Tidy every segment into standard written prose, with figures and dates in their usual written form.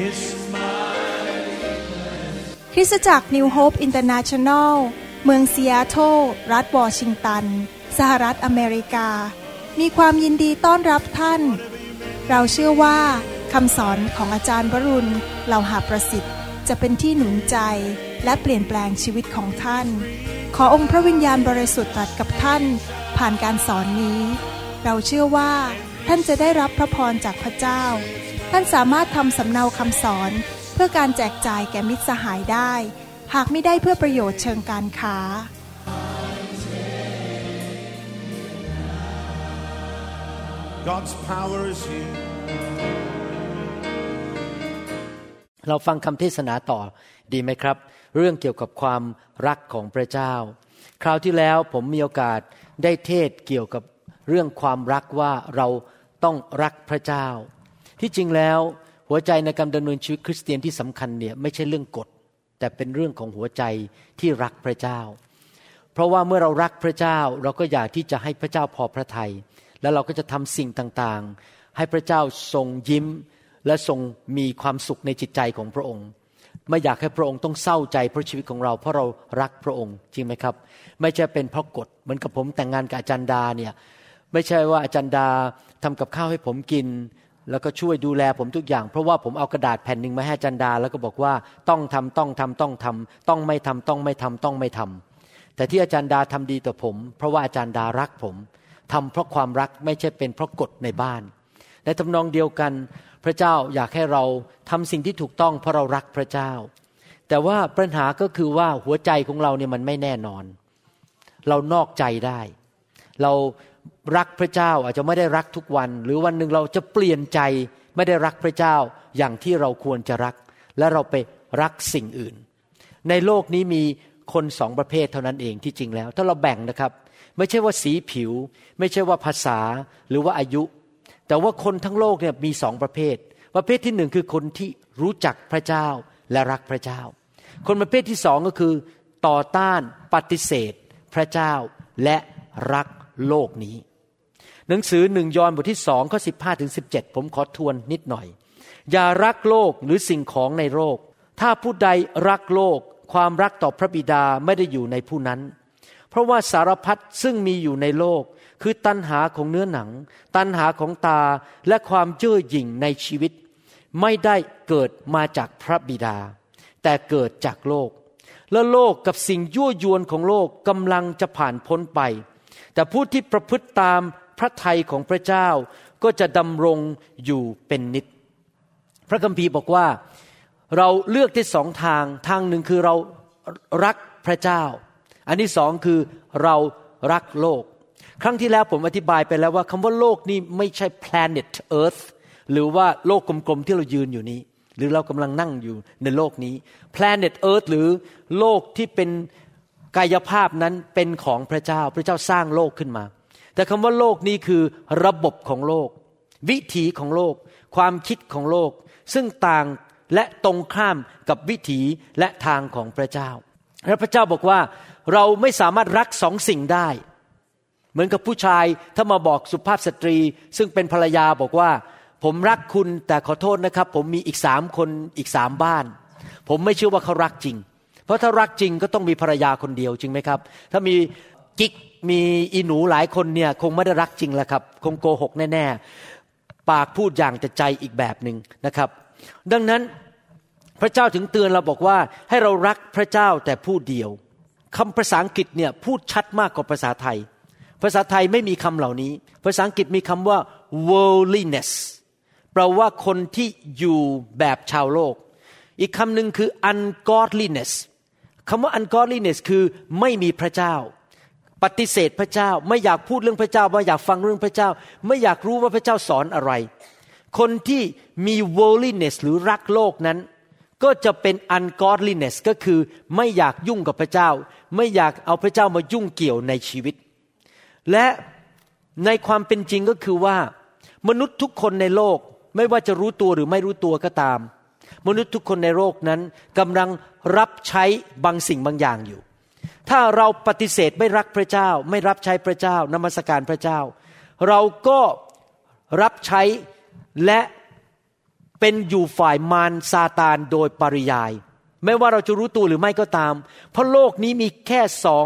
คริสตจักร New Hope International เมืองซีแอตเทิลรัฐวอชิงตันสหรัฐอเมริกามีความยินดีต้อนรับท่านเราเชื่อว่าคำสอนของอาจารย์วรุณ เหล่าหาประสิทธิ์จะเป็นที่หนุนใจและเปลี่ยนแปลงชีวิตของท่านขอองค์พระวิญญาณบริสุทธิ์ตรัสกับท่านผ่านการสอนนี้เราเชื่อว่าท่านจะได้รับพระพรจากพระเจ้าท่านสามารถทำสำเนาคำสอนเพื่อการแจกจ่ายแก่มิตรสหายได้หากไม่ได้เพื่อประโยชน์เชิงการค้า God's power is here เราฟังคำเทศนาต่อดีไหมครับเรื่องเกี่ยวกับความรักของพระเจ้าคราวที่แล้วผมมีโอกาสได้เทศเกี่ยวกับเรื่องความรักว่าเราต้องรักพระเจ้าที่จริงแล้วหัวใจในการดำเนินชีวิตคริสเตียนที่สำคัญเนี่ยไม่ใช่เรื่องกฎแต่เป็นเรื่องของหัวใจที่รักพระเจ้าเพราะว่าเมื่อเรารักพระเจ้าเราก็อยากที่จะให้พระเจ้าพอพระทัยแล้วเราก็จะทำสิ่งต่างๆให้พระเจ้าทรงยิ้มและทรงมีความสุขในจิตใจของพระองค์ไม่อยากให้พระองค์ต้องเศร้าใจเพราะชีวิตของเราเพราะเรารักพระองค์จริงไหมครับไม่ใช่เป็นเพราะกฎเหมือนกับผมแต่งงานกับอาจารย์ดาเนี่ยไม่ใช่ว่าอาจารย์ดาทำกับข้าวให้ผมกินแล้วก็ช่วยดูแลผมทุกอย่างเพราะว่าผมเอากระดาษแผ่นนึงมาให้อาจารย์ดาแล้วก็บอกว่าต้องทำต้องไม่ทำต้องไม่ทำแต่ที่อาจารย์ดาทำดีต่อผมเพราะว่าอาจารย์ดารักผมทำเพราะความรักไม่ใช่เป็นเพราะกฎในบ้านในทำนองเดียวกันพระเจ้าอยากให้เราทำสิ่งที่ถูกต้องเพราะเรารักพระเจ้าแต่ว่าปัญหาก็คือว่าหัวใจของเราเนี่ยมันไม่แน่นอนเรานอกใจได้เรารักพระเจ้าอาจจะไม่ได้รักทุกวันหรือวันหนึ่งเราจะเปลี่ยนใจไม่ได้รักพระเจ้าอย่างที่เราควรจะรักและเราไปรักสิ่งอื่นในโลกนี้มีคนสองประเภทเท่านั้นเองที่จริงแล้วถ้าเราแบ่งนะครับไม่ใช่ว่าสีผิวไม่ใช่ว่าภาษาหรือว่าอายุแต่ว่าคนทั้งโลกเนี่ยมีสองประเภทประเภทที่หนึ่งคือคนที่รู้จักพระเจ้าและรักพระเจ้าคนประเภทที่สองก็คือต่อต้านปฏิเสธพระเจ้าและรักโลกนี้หนังสือ1 ยอห์นบทที่2ข้อ15ถึง17ผมขอทวนนิดหน่อยอย่ารักโลกหรือสิ่งของในโลกถ้าผู้ใดรักโลกความรักต่อพระบิดาไม่ได้อยู่ในผู้นั้นเพราะว่าสารพัดซึ่งมีอยู่ในโลกคือตัณหาของเนื้อหนังตัณหาของตาและความเย่อหยิ่งในชีวิตไม่ได้เกิดมาจากพระบิดาแต่เกิดจากโลกและโลกกับสิ่งยั่วยวนของโลกกำลังจะผ่านพ้นไปแต่ผู้ที่ประพฤติตามพระทัยของพระเจ้าก็จะดำรงอยู่เป็นนิจพระคัมภีร์บอกว่าเราเลือกที่สองทางหนึ่งคือเรารักพระเจ้าอันที่สองคือเรารักโลกครั้งที่แล้วผมอธิบายไปแล้วว่าคำว่าโลกนี้ไม่ใช่ planet earth หรือว่าโลกกลมๆที่เรายืนอยู่นี้หรือเรากำลังนั่งอยู่ในโลกนี้ planet earth หรือโลกที่เป็นกายภาพนั้นเป็นของพระเจ้าพระเจ้าสร้างโลกขึ้นมาแต่คำว่าโลกนี้คือระบบของโลกวิถีของโลกความคิดของโลกซึ่งต่างและตรงข้ามกับวิถีและทางของพระเจ้าและพระเจ้าบอกว่าเราไม่สามารถรักสองสิ่งได้เหมือนกับผู้ชายถ้ามาบอกสุภาพสตรีซึ่งเป็นภรรยาบอกว่าผมรักคุณแต่ขอโทษนะครับผมมีอีก3คนอีก3บ้านผมไม่เชื่อว่าเขารักจริงเพราะถ้ารักจริงก็ต้องมีภรรยาคนเดียวจริงไหมครับถ้ามีกิ๊กมีอีหนูหลายคนเนี่ยคงไม่ได้รักจริงแล้วครับคงโกหกแน่ๆปากพูดอย่างแต่ใจอีกแบบนึงนะครับดังนั้นพระเจ้าถึงเตือนเราบอกว่าให้เรารักพระเจ้าแต่ผู้เดียวคำภาษาอังกฤษเนี่ยพูดชัดมากกว่าภาษาไทยภาษาไทยไม่มีคำเหล่านี้ภาษาอังกฤษมีคำว่า worldliness แปลว่าคนที่อยู่แบบชาวโลกอีกคำหนึ่งคือ ungodliness คำว่า ungodliness คือไม่มีพระเจ้าปฏิเสธพระเจ้าไม่อยากพูดเรื่องพระเจ้าไม่อยากฟังเรื่องพระเจ้าไม่อยากรู้ว่าพระเจ้าสอนอะไรคนที่มี worldliness หรือรักโลกนั้นก็จะเป็น ungodliness ก็คือไม่อยากยุ่งกับพระเจ้าไม่อยากเอาพระเจ้ามายุ่งเกี่ยวในชีวิตและในความเป็นจริงก็คือว่ามนุษย์ทุกคนในโลกไม่ว่าจะรู้ตัวหรือไม่รู้ตัวก็ตามมนุษย์ทุกคนในโลกนั้นกำลังรับใช้บางสิ่งบางอย่างอยู่ถ้าเราปฏิเสธไม่รักพระเจ้าไม่รับใช้พระเจ้านมัสการพระเจ้าเราก็รับใช้และเเป็นอยู่ฝ่ายมารซาตานโดยปริยายไม่ว่าเราจะรู้ตัวหรือไม่ก็ตามเพราะโลกนี้มีแค่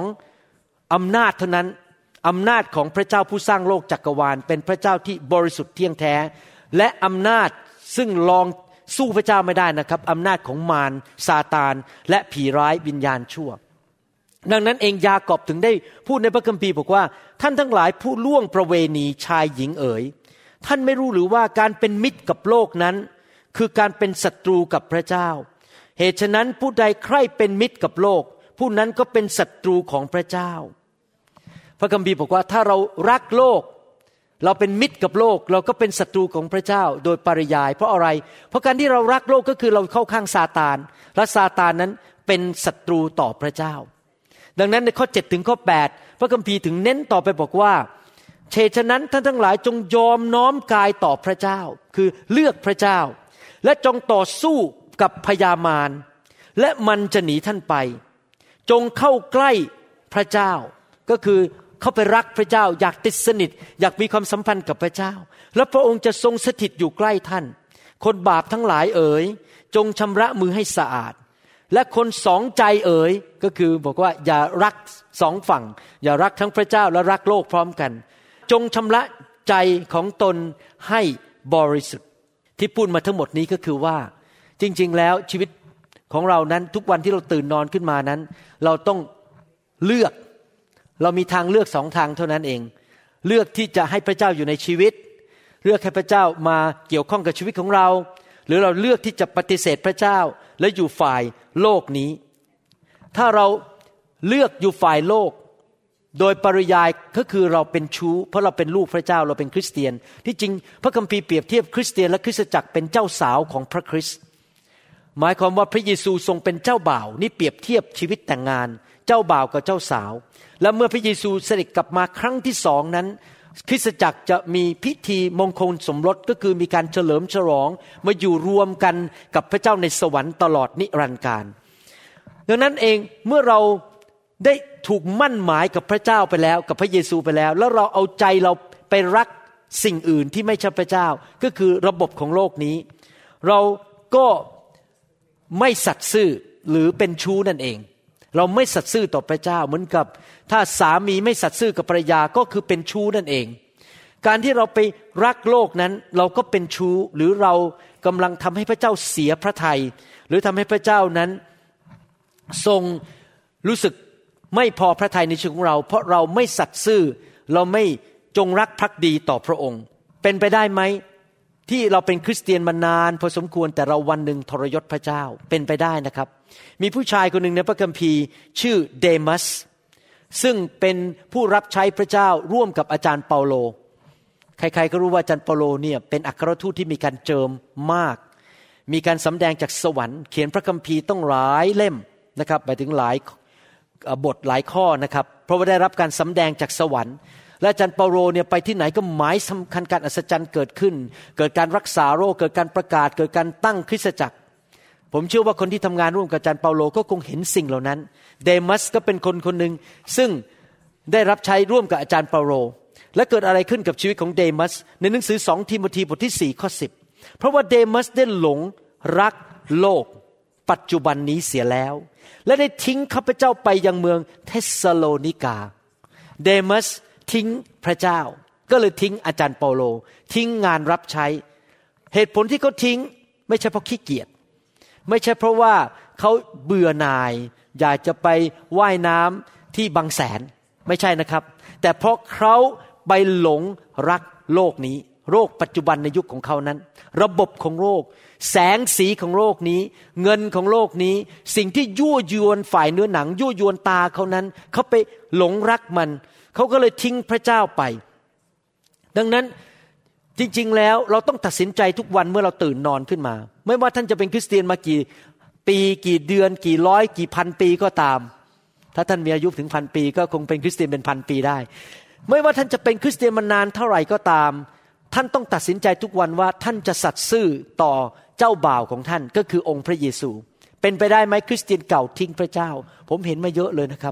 2อำนาจเท่านั้นอำนาจของพระเจ้าผู้สร้างโลกจักรวาลเป็นพระเจ้าที่บริสุทธิ์เที่ยงแท้และอำนาจซึ่งลองสู้พระเจ้าไม่ได้นะครับอำนาจของมารซาตานและผีร้ายวิญญาณชั่วดังนั้นเองยากอบถึงได้พูดในพระคัมภีร์บอกว่าท่านทั้งหลายผู้ล่วงประเวณีชายหญิงเอ๋ยท่านไม่รู้หรือว่าการเป็นมิตรกับโลกนั้นคือการเป็นศัตรูกับพระเจ้าเหตุฉะนั้นผู้ใดใคร่เป็นมิตรกับโลกผู้นั้นก็เป็นศัตรูของพระเจ้าพระคัมภีร์บอกว่าถ้าเรารักโลกเราเป็นมิตรกับโลกเราก็เป็นศัตรูของพระเจ้าโดยปริยายเพราะอะไรเพราะการที่เรารักโลกก็คือเราเข้าข้างซาตานและซาตานนั้นเป็นศัตรูต่อพระเจ้าดังนั้นในข้อ7ถึงข้อ8พระคัมภีร์ถึงเน้นต่อไปบอกว่าเหตุฉะนั้นท่านทั้งหลายจงยอมน้อมกายต่อพระเจ้าคือเลือกพระเจ้าและจงต่อสู้กับพยามารและมันจะหนีท่านไปจงเข้าใกล้พระเจ้าก็คือเข้าไปรักพระเจ้าอยากติดสนิทอยากมีความสัมพันธ์กับพระเจ้าและพระองค์จะทรงสถิตอยู่ใกล้ท่านคนบาปทั้งหลายเอ๋ยจงชำระมือให้สะอาดและคนสองใจเอ๋ยก็คือบอกว่าอย่ารักสองฝั่งอย่ารักทั้งพระเจ้าและรักโลกพร้อมกันจงชำระใจของตนให้บริสุทธิ์ที่พูดมาทั้งหมดนี้ก็คือว่าจริงๆแล้วชีวิตของเรานั้นทุกวันที่เราตื่นนอนขึ้นมานั้นเราต้องเลือกเรามีทางเลือก2ทางเท่านั้นเองเลือกที่จะให้พระเจ้าอยู่ในชีวิตเลือกให้พระเจ้ามาเกี่ยวข้องกับชีวิตของเราหรือเราเลือกที่จะปฏิเสธพระเจ้าและอยู่ฝ่ายโลกนี้ถ้าเราเลือกอยู่ฝ่ายโลกโดยปริยายก็คือเราเป็นชู้เพราะเราเป็นลูกพระเจ้าเราเป็นคริสเตียนที่จริงพระคัมภีร์เปรียบเทียบคริสเตียนและคริสตจักรเป็นเจ้าสาวของพระคริสต์หมายความว่าพระเยซูทรงเป็นเจ้าบ่าวนี่เปรียบเทียบชีวิตแต่งงานเจ้าบ่าวกับเจ้าสาวและเมื่อพระเยซูเสด็จกลับมาครั้งที่2นั้นคริสตจักรจะมีพิธีมงคลสมรสก็คือมีการเฉลิมฉลองมาอยู่รวมกันกับพระเจ้าในสวรรค์ตลอดนิรันดร์กาลดังนั้นเองเมื่อเราได้ถูกมั่นหมายกับพระเจ้าไปแล้วกับพระเยซูไปแล้วแล้วเราเอาใจเราไปรักสิ่งอื่นที่ไม่ใช่พระเจ้าก็คือระบบของโลกนี้เราก็ไม่สัตย์ซื่อหรือเป็นชู้นั่นเองเราไม่สัตย์ซื่อต่อพระเจ้าเหมือนกับถ้าสามีไม่สัตย์ซื่อกับภรรยาก็คือเป็นชู้นั่นเองการที่เราไปรักโลกนั้นเราก็เป็นชู้หรือเรากำลังทำให้พระเจ้าเสียพระทัยหรือทำให้พระเจ้านั้นทรงรู้สึกไม่พอพระทัยในชีวิตของเราเพราะเราไม่สัตย์ซื่อเราไม่จงรักภักดีต่อพระองค์เป็นไปได้ไหมที่เราเป็นคริสเตียนมานานพอสมควรแต่เราวันหนึ่งทรยศพระเจ้าเป็นไปได้นะครับมีผู้ชายคนหนึ่งในพระคัมภีร์ชื่อเดมัสซึ่งเป็นผู้รับใช้พระเจ้าร่วมกับอาจารย์เปาโลใครๆก็รู้ว่าอาจารย์เปาโลเนี่ยเป็นอัครทูตที่มีการเจิมมากมีการสำแดงจากสวรรค์เขียนพระคัมภีร์ต้องหลายเล่มนะครับไปถึงหลายบทหลายข้อนะครับเพราะว่าได้รับการสำแดงจากสวรรค์และอาจารย์เปาโลเนี่ยไปที่ไหนก็หมายสำคัญการอัศจรรย์เกิดขึ้นเกิดการรักษาโรคเกิดการประกาศเกิดการตั้งคริสตจักรผมเชื่อว่าคนที่ทำงานร่วมกับอาจารย์เปาโลก็คงเห็นสิ่งเหล่านั้นเดมัสก็เป็นคนคนหนึ่งซึ่งได้รับใช้ร่วมกับอาจารย์เปาโลและเกิดอะไรขึ้นกับชีวิตของเดมัสในหนังสือ2 ทิโมธีบทที่4ข้อ10เพราะว่าเดมัสได้หลงรักโลกปัจจุบันนี้เสียแล้วและได้ทิ้งข้าพเจ้าไปยังเมืองเทสซาโลนิกาเดมัสทิ้งพระเจ้าก็เลยทิ้งอาจารย์เปาโลทิ้งงานรับใช้เหตุผลที่เขาทิ้งไม่ใช่เพราะขี้เกียจไม่ใช่เพราะว่าเขาเบื่อหน่ายอยากจะไปว่ายน้ำที่บางแสนไม่ใช่นะครับแต่เพราะเขาไปหลงรักโลกนี้โลกปัจจุบันในยุคของเขานั้นระบบของโลกแสงสีของโลกนี้เงินของโลกนี้สิ่งที่ยั่วยวนฝ่ายเนื้อหนังยั่วยวนตาเขานั้นเขาไปหลงรักมันเขาก็เลยทิ้งพระเจ้าไปดังนั้นจริงๆแล้วเราต้องตัดสินใจทุกวันเมื่อเราตื่นนอนขึ้นมาไม่ว่าท่านจะเป็นคริสเตียนมากี่ปีกี่เดือนกี่ร้อยกี่พันปีก็ตามถ้าท่านมีอายุถึง1,000 ปีก็คงเป็นคริสเตียนเป็น1,000 ปีได้ไม่ว่าท่านจะเป็นคริสเตียนมานานเท่าไหร่ก็ตามท่านต้องตัดสินใจทุกวันว่าท่านจะสัตย์ซื่อต่อเจ้าบ่าวของท่านก็คือองค์พระเยซูเป็นไปได้ไหมคริสเตียนเก่าทิ้งพระเจ้าผมเห็นมาเยอะเลยนะครับ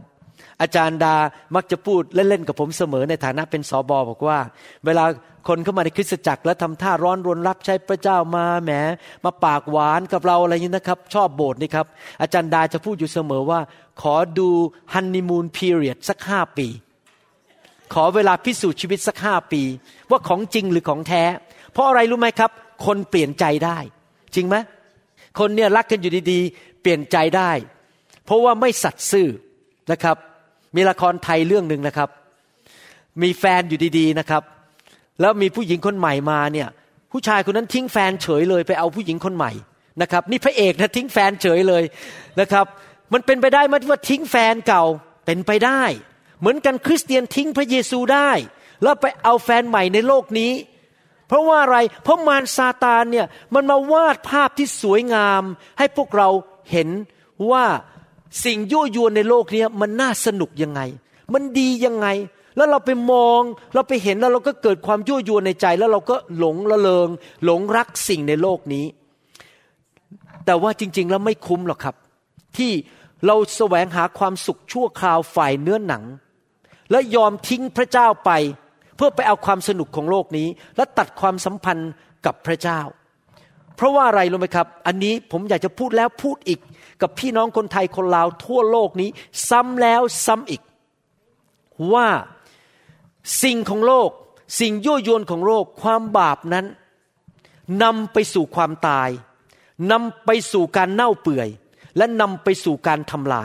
อาจารย์ดามักจะพูดเล่นๆกับผมเสมอในฐานะเป็นสบบอกว่าเวลาคนเข้ามาในคริสตจักรแล้วทำท่าร้อนรนรับใช้พระเจ้ามาปากหวานกับเราอะไรอย่างนี้นะครับชอบโบสถ์นี่ครับอาจารย์ดาจะพูดอยู่เสมอว่าขอดูฮันนีมูนพีเรียดสัก5 ปีขอเวลาพิสูจน์ชีวิตสัก5 ปีว่าของจริงหรือของแท้เพราะอะไรรู้ไหมครับคนเปลี่ยนใจได้จริงไหมคนเนี่ยรักกันอยู่ดีๆเปลี่ยนใจได้เพราะว่าไม่สัตย์ซื่อนะครับมีละครไทยเรื่องนึงนะครับมีแฟนอยู่ดีๆนะครับแล้วมีผู้หญิงคนใหม่มาเนี่ยผู้ชายคนนั้นทิ้งแฟนเฉยเลยไปเอาผู้หญิงคนใหม่นะครับนี่พระเอกนะทิ้งแฟนเฉยเลยนะครับมันเป็นไปได้ไหมว่าทิ้งแฟนเก่าเป็นไปได้เหมือนกันคริสเตียนทิ้งพระเยซูได้แล้วไปเอาแฟนใหม่ในโลกนี้เพราะว่าอะไรเพราะมารซาตานเนี่ยมันมาวาดภาพที่สวยงามให้พวกเราเห็นว่าสิ่งยั่วยวนในโลกนี้มันน่าสนุกยังไงมันดียังไงแล้วเราไปมองเราไปเห็นแล้วเราก็เกิดความยั่วยวนในใจแล้วเราก็หลงละเลงหลงรักสิ่งในโลกนี้แต่ว่าจริงๆแล้วไม่คุ้มหรอกครับที่เราแสวงหาความสุขชั่วคราวฝ่ายเนื้อหนังและยอมทิ้งพระเจ้าไปเพื่อไปเอาความสนุกของโลกนี้และตัดความสัมพันธ์กับพระเจ้าเพราะว่าอะไรรู้ไหมครับอันนี้ผมอยากจะพูดแล้วพูดอีกกับพี่น้องคนไทยคนลาวทั่วโลกนี้ซ้ำแล้วซ้ำอีกว่าสิ่งของโลกสิ่งยั่วยวนของโลกความบาปนั้นนำไปสู่ความตายนำไปสู่การเน่าเปื่อยและนำไปสู่การทำลาย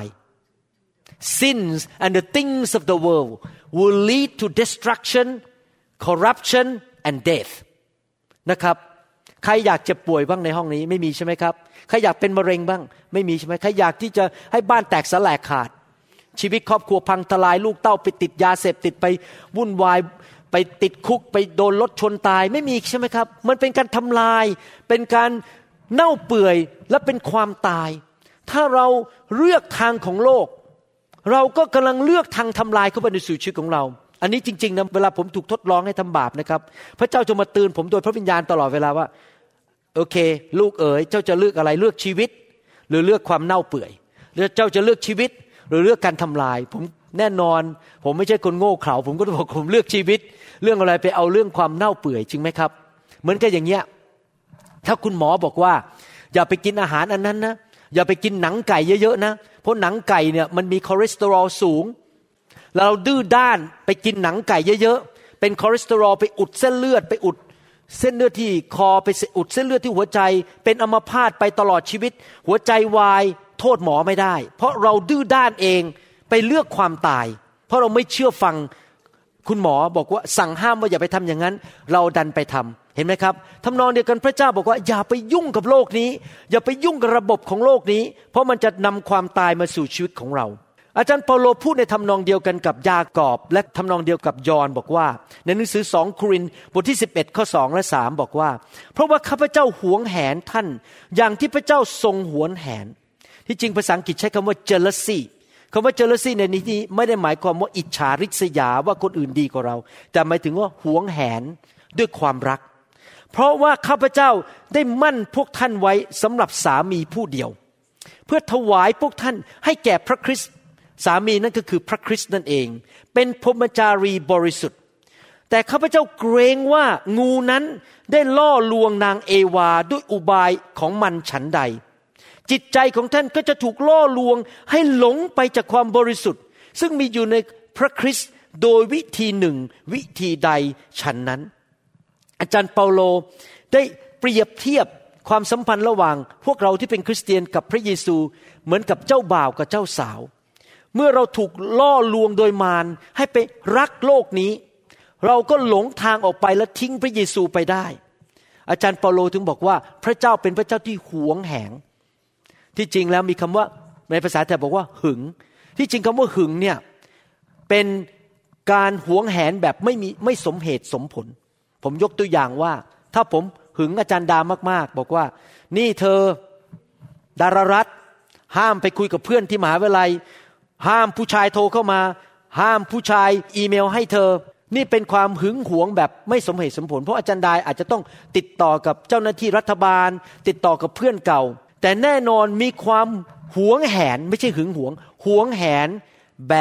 Sins and the things of the world will lead to destruction, corruption and death นะครับใครอยากเจ็บป่วยบ้างในห้องนี้ไม่มีใช่ไหมครับใครอยากเป็นมะเร็งบ้างไม่มีใช่ไหมใครอยากที่จะให้บ้านแตกสลายขาดชีวิตครอบครัวพังทลายลูกเต้าไปติดยาเสพติดไปวุ่นวายไปติดคุกไปโดนรถชนตายไม่มีใช่ไหมครับมันเป็นการทำลายเป็นการเน่าเปื่อยและเป็นความตายถ้าเราเลือกทางของโลกเราก็กำลังเลือกทางทำลายเข้าไปในสู่ชีวิตของเราอันนี้จริงๆนะเวลาผมถูกทดลองให้ทำบาปนะครับพระเจ้าจะมาเตือนผมโดยพระวิญญาณตลอดเวลาว่าโอเคลูกเอ๋ยเจ้าจะเลือกอะไรเลือกชีวิตหรือเลือกความเน่าเปื่อยหรือเจ้าจะเลือกชีวิตหรือเลือกการทำลายผมแน่นอนผมไม่ใช่คนโง่เขลาผมก็ต้องบอกผมเลือกชีวิตเรื่องอะไรไปเอาเรื่องความเน่าเปื่อยจริงไหมครับเหมือนกันอย่างเงี้ยถ้าคุณหมอบอกว่าอย่าไปกินอาหารอันนั้นนะอย่าไปกินหนังไก่เยอะๆนะเพราะหนังไก่เนี่ยมันมีคอเลสเตอรอลสูงแล้วเราดื้อด้านไปกินหนังไก่เยอะๆเป็นคอเลสเตอรอลไปอุดเส้นเลือดไปอุดเส้นเลือดที่คอไปอุดเส้นเลือดที่หัวใจเป็นอัมพาตไปตลอดชีวิตหัวใจวายโทษหมอไม่ได้เพราะเราดื้อด้านเองไปเลือกความตายเพราะเราไม่เชื่อฟังคุณหมอบอกว่าสั่งห้ามว่าอย่าไปทำอย่างนั้นเราดันไปทำเห็นไหมครับทำนองเดียวกันพระเจ้าบอกว่าอย่าไปยุ่งกับโลกนี้อย่าไปยุ่งกับระบบของโลกนี้เพราะมันจะนำความตายมาสู่ชีวิตของเราอาจารย์เปาโลพูดในทำนองเดียวกันกับยากอบและทำนองเดียวกับยอห์นบอกว่าในหนังสือ2 โครินธ์บทที่11ข้อ2และ3บอกว่าเพราะว่าข้าพเจ้าหวงแหนท่านอย่างที่พระเจ้าทรงหวงแหนที่จริงภาษาอังกฤษใช้คำว่า jealousy คำว่า jealousy ในที่นี้ไม่ได้หมายความว่าอิจฉาริษยาว่าคนอื่นดีกว่าเราแต่หมายถึงว่าหวงแหนด้วยความรักเพราะว่าข้าพเจ้าได้มั่นพวกท่านไว้สำหรับสามีผู้เดียวเพื่อถวายพวกท่านให้แก่พระคริสต์สามีนั่นก็คือพระคริสต์นั่นเองเป็นพรหมจารีบริสุทธิ์แต่ข้าพเจ้าเกรงว่างูนั้นได้ล่อลวงนางเอวาด้วยอุบายของมันฉันใดจิตใจของท่านก็จะถูกล่อลวงให้หลงไปจากความบริสุทธิ์ซึ่งมีอยู่ในพระคริสต์โดยวิธีหนึ่งวิธีใดฉันนั้นอาจารย์เปาโลได้เปรียบเทียบความสัมพันธ์ระหว่างพวกเราที่เป็นคริสเตียนกับพระเยซูเหมือนกับเจ้าบ่าวกับเจ้าสาวเมื่อเราถูกล่อลวงโดยมารให้ไปรักโลกนี้เราก็หลงทางออกไปและทิ้งพระเยซูไปได้อาจารย์เปาโลถึงบอกว่าพระเจ้าเป็นพระเจ้าที่หวงแหนที่จริงแล้วมีคำว่าในภาษาไทยบอกว่าหึงที่จริงคำว่าหึงเนี่ยเป็นการหวงแหนแบบไม่สมเหตุสมผลผมยกตัวอย่างว่าถ้าผมหึงอาจารย์ดามากๆบอกว่านี่เธอดารารัตน์ห้ามไปคุยกับเพื่อนที่มหาวิทยาลัยห้ามผู้ชายโทรเข้ามาห้ามผู้ชายอีเมลให้เธอนี่เป็นความหึงหวงแบบไม่สมเหตุสมผลเพราะอาจารย์ดาอาจจะต้องติดต่อกับเจ้าหน้าที่รัฐบาลติดต่อกับเพื่อนเก่าแต่แน่นอนมีความหวงแหนไม่ใช่หึงหวงหวงแหนแบบ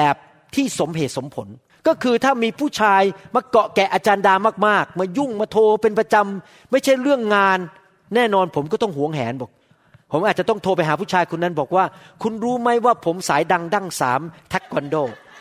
ที่สมเหตุสมผลก็คือถ้ามีผู้ชายมาเกาะแกะอาจารย์ดามากๆมายุ่งมาโทรเป็นประจำไม่ใช่เรื่องงานแน่นอนผมก็ต้องหวงแหนบอกผมอาจจะต้องโทรไปหาผู้ชายคนนั้นบอกว่าคุณรู้ไหมว่าผมสายดังดั้งสามเทควันโด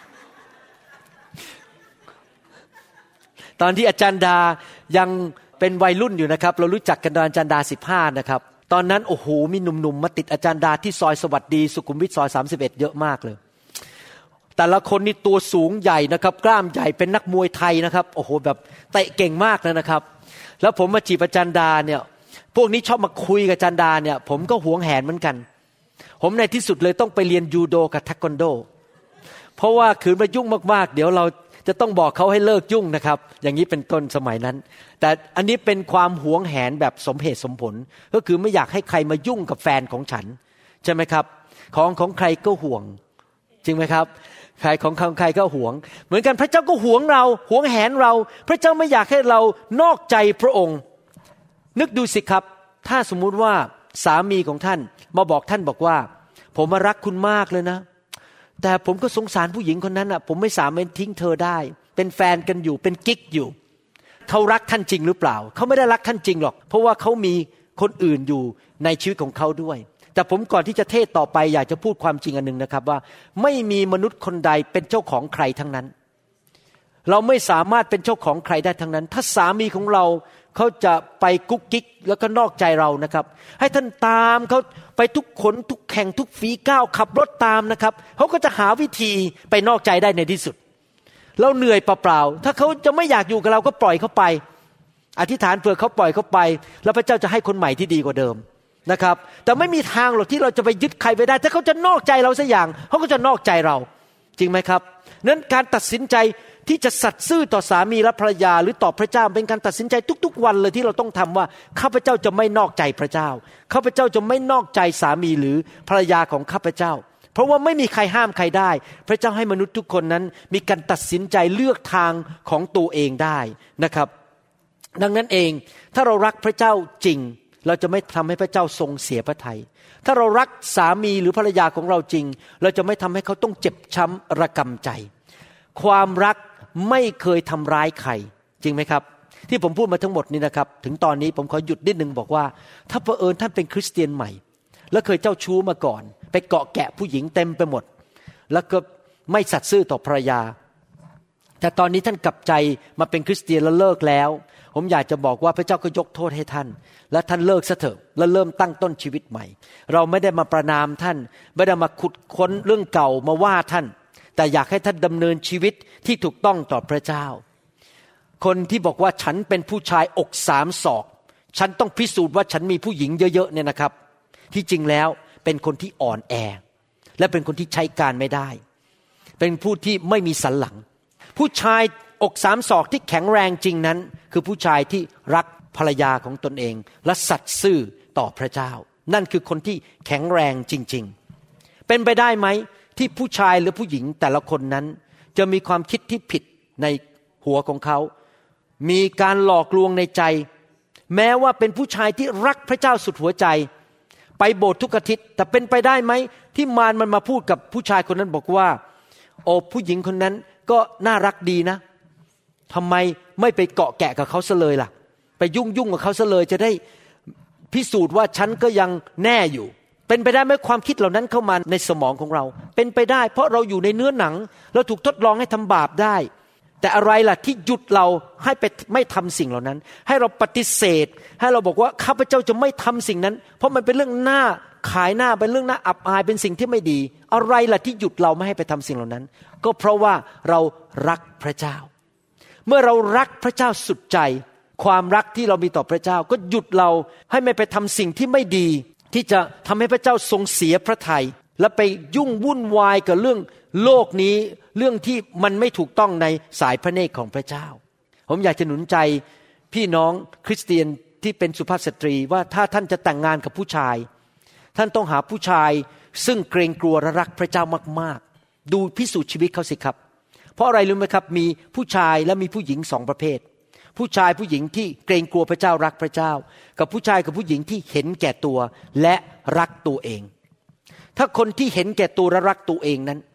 ตอนที่อาจารย์ดายังเป็นวัยรุ่นอยู่นะครับเรารู้จักกันตอนอาจารย์ดา15นะครับตอนนั้นโอ้โหมีหนุ่มๆมาติดอาจารย์ดาที่ซอยสวัสดีสุขุมวิทซอย31เยอะมากเลยแต่ละคนนี่ตัวสูงใหญ่นะครับกล้ามใหญ่เป็นนักมวยไทยนะครับโอ้โหแบบเตะเก่งมากเลยนะครับแล้วผมมาจีบอาจารย์ดาเนี่ยพวกนี้ชอบมาคุยกับอาจารย์ดาเนี่ยผมก็หวงแหนเหมือนกันผมในที่สุดเลยต้องไปเรียนยูโดกับเทควันโดเพราะว่าขืนมายุ่งมากๆเดี๋ยวเราจะต้องบอกเขาให้เลิกยุ่งนะครับอย่างนี้เป็นต้นสมัยนั้นแต่อันนี้เป็นความหวงแหนแบบสมเหตุสมผลก็คือไม่อยากให้ใครมายุ่งกับแฟนของฉันใช่ไหมครับของใครก็ห่วงจริงไหมครับใครของใครก็หวงเหมือนกันพระเจ้าก็หวงเราหวงแหนเราพระเจ้าไม่อยากให้เรานอกใจพระองค์นึกดูสิครับถ้าสมมุติว่าสามีของท่านมาบอกท่านบอกว่าผมมารักคุณมากเลยนะแต่ผมก็สงสารผู้หญิงคนนั้นผมไม่สามารถทิ้งเธอได้เป็นแฟนกันอยู่เป็นกิ๊กอยู่เขารักท่านจริงหรือเปล่าเขาไม่ได้รักท่านจริงหรอกเพราะว่าเขามีคนอื่นอยู่ในชีวิตของเขาด้วยแต่ผมก่อนที่จะเทศต่อไปอยากจะพูดความจริงอันนึงนะครับว่าไม่มีมนุษย์คนใดเป็นเจ้าของใครทั้งนั้นเราไม่สามารถเป็นเจ้าของใครได้ทั้งนั้นถ้าสามีของเราเขาจะไปกุ๊กกิ๊กแล้วก็นอกใจเรานะครับให้ท่านตามเขาไปทุกขนทุกแข่งทุกฝีก้าวขับรถตามนะครับเขาก็จะหาวิธีไปนอกใจได้ในที่สุดเราเหนื่อยเปล่าๆถ้าเขาจะไม่อยากอยู่กับเราก็ปล่อยเขาไปอธิษฐานเผื่อเขาปล่อยเขาไปแล้วพระเจ้าจะให้คนใหม่ที่ดีกว่าเดิมนะครับแต่ไม่มีทางหรอกที่เราจะไปยึดใครไปได้ถ้าเขาจะนอกใจเราสักอย่างเขาก็จะนอกใจเราจริงไหมครับนั้นการตัดสินใจที่จะสัตย์ซื่อต่อสามีและภรรยาหรือต่อพระเจ้าเป็นการตัดสินใจทุกๆวันเลยที่เราต้องทำว่าข้าพเจ้าจะไม่นอกใจพระเจ้าข้าพเจ้าจะไม่นอกใจสามีหรือภรรยาของข้าพเจ้าเพราะว่าไม่มีใครห้ามใครได้พระเจ้าให้มนุษย์ทุกคนนั้นมีการตัดสินใจเลือกทางของตัวเองได้นะครับดังนั้นเองถ้าเรารักพระเจ้าจริงเราจะไม่ทำให้พระเจ้าทรงเสียพระทัยถ้าเรารักสามีหรือภรรยาของเราจริงเราจะไม่ทำให้เขาต้องเจ็บช้ำระกำใจความรักไม่เคยทำร้ายใครจริงไหมครับที่ผมพูดมาทั้งหมดนี้นะครับถึงตอนนี้ผมขอหยุดนิดนึงบอกว่าถ้าเผอิญท่านเป็นคริสเตียนใหม่แล้วเคยเจ้าชู้มาก่อนไปเกาะแกะผู้หญิงเต็มไปหมดแล้วก็ไม่สัตย์ซื่อต่อภรรยาแต่ตอนนี้ท่านกลับใจมาเป็นคริสเตียนแล้วเลิกแล้วผมอยากจะบอกว่าพระเจ้าก็ยกโทษให้ท่านและท่านเลิกซะเถอะแล้วเริ่มตั้งต้นชีวิตใหม่เราไม่ได้มาประณามท่านไม่ได้มาขุดค้นเรื่องเก่ามาว่าท่านแต่อยากให้ท่านดำเนินชีวิตที่ถูกต้องต่อพระเจ้าคนที่บอกว่าฉันเป็นผู้ชายอก3 ศอกฉันต้องพิสูจน์ว่าฉันมีผู้หญิงเยอะๆเนี่ยนะครับที่จริงแล้วเป็นคนที่อ่อนแอและเป็นคนที่ใช้การไม่ได้เป็นผู้ที่ไม่มีสันหลังผู้ชายอก3 ศอกที่แข็งแรงจริงนั้นคือผู้ชายที่รักภรรยาของตนเองและสัตย์ซื่อต่อพระเจ้านั่นคือคนที่แข็งแรงจริงๆเป็นไปได้ไหมที่ผู้ชายหรือผู้หญิงแต่ละคนนั้นจะมีความคิดที่ผิดในหัวของเขามีการหลอกลวงในใจแม้ว่าเป็นผู้ชายที่รักพระเจ้าสุดหัวใจไปโบสถ์ทุกอาทิตย์แต่เป็นไปได้ไหมที่มารมันมาพูดกับผู้ชายคนนั้นบอกว่าโอ้ผู้หญิงคนนั้นก็น่ารักดีนะทำไมไม่ไปเกาะแกะกับเขาซะเลยล่ะไปยุ่งกับเขาซะเลยจะได้พิสูจน์ว่าฉันก็ยังแน่อยู่เป็นไปได้ไหมความคิดเหล่านั้นเข้ามาในสมองของเราเป็นไปได้เพราะเราอยู่ในเนื้อหนังเราถูกทดลองให้ทำบาปได้แต่อะไรล่ะที่หยุดเราให้ไปไม่ทำสิ่งเหล่านั้นให้เราปฏิเสธให้เราบอกว่าข้าพเจ้าจะไม่ทำสิ่งนั้นเพราะมันเป็นเรื่องหน้าขายหน้าเป็นเรื่องน่าอับอายเป็นสิ่งที่ไม่ดีอะไรล่ะที่หยุดเราไม่ให้ไปทำสิ่งเหล่านั้นก็เพราะว่าเรารักพระเจ้าเมื่อเรารักพระเจ้าสุดใจความรักที่เรามีต่อพระเจ้าก็หยุดเราให้ไม่ไปทำสิ่งที่ไม่ดีที่จะทำให้พระเจ้าทรงเสียพระทัยและไปยุ่งวุ่นวายกับเรื่องโลกนี้เรื่องที่มันไม่ถูกต้องในสายพระเนตรของพระเจ้าผมอยากจะหนุนใจพี่น้องคริสเตียนที่เป็นสุภาพสตรีว่าถ้าท่านจะแต่งงานกับผู้ชายท่านต้องหาผู้ชายซึ่งเกรงกลัวและรักพระเจ้ามากๆดูพิสูจน์ชีวิตเขาสิครับเพราะอะไรรู้ไหมครับมีผู้ชายและมีผู้หญิง2 ประเภทผู้ชายผู้หญิงที่เกรงกลัวพระเจ้ารักพระเจ้ากับผู้ชายกับผู้หญิงที่เห็นแก่ตัวและรักตัวเองถ้าคนที่เห็นแก่ตัวและรักตัวเองนั้น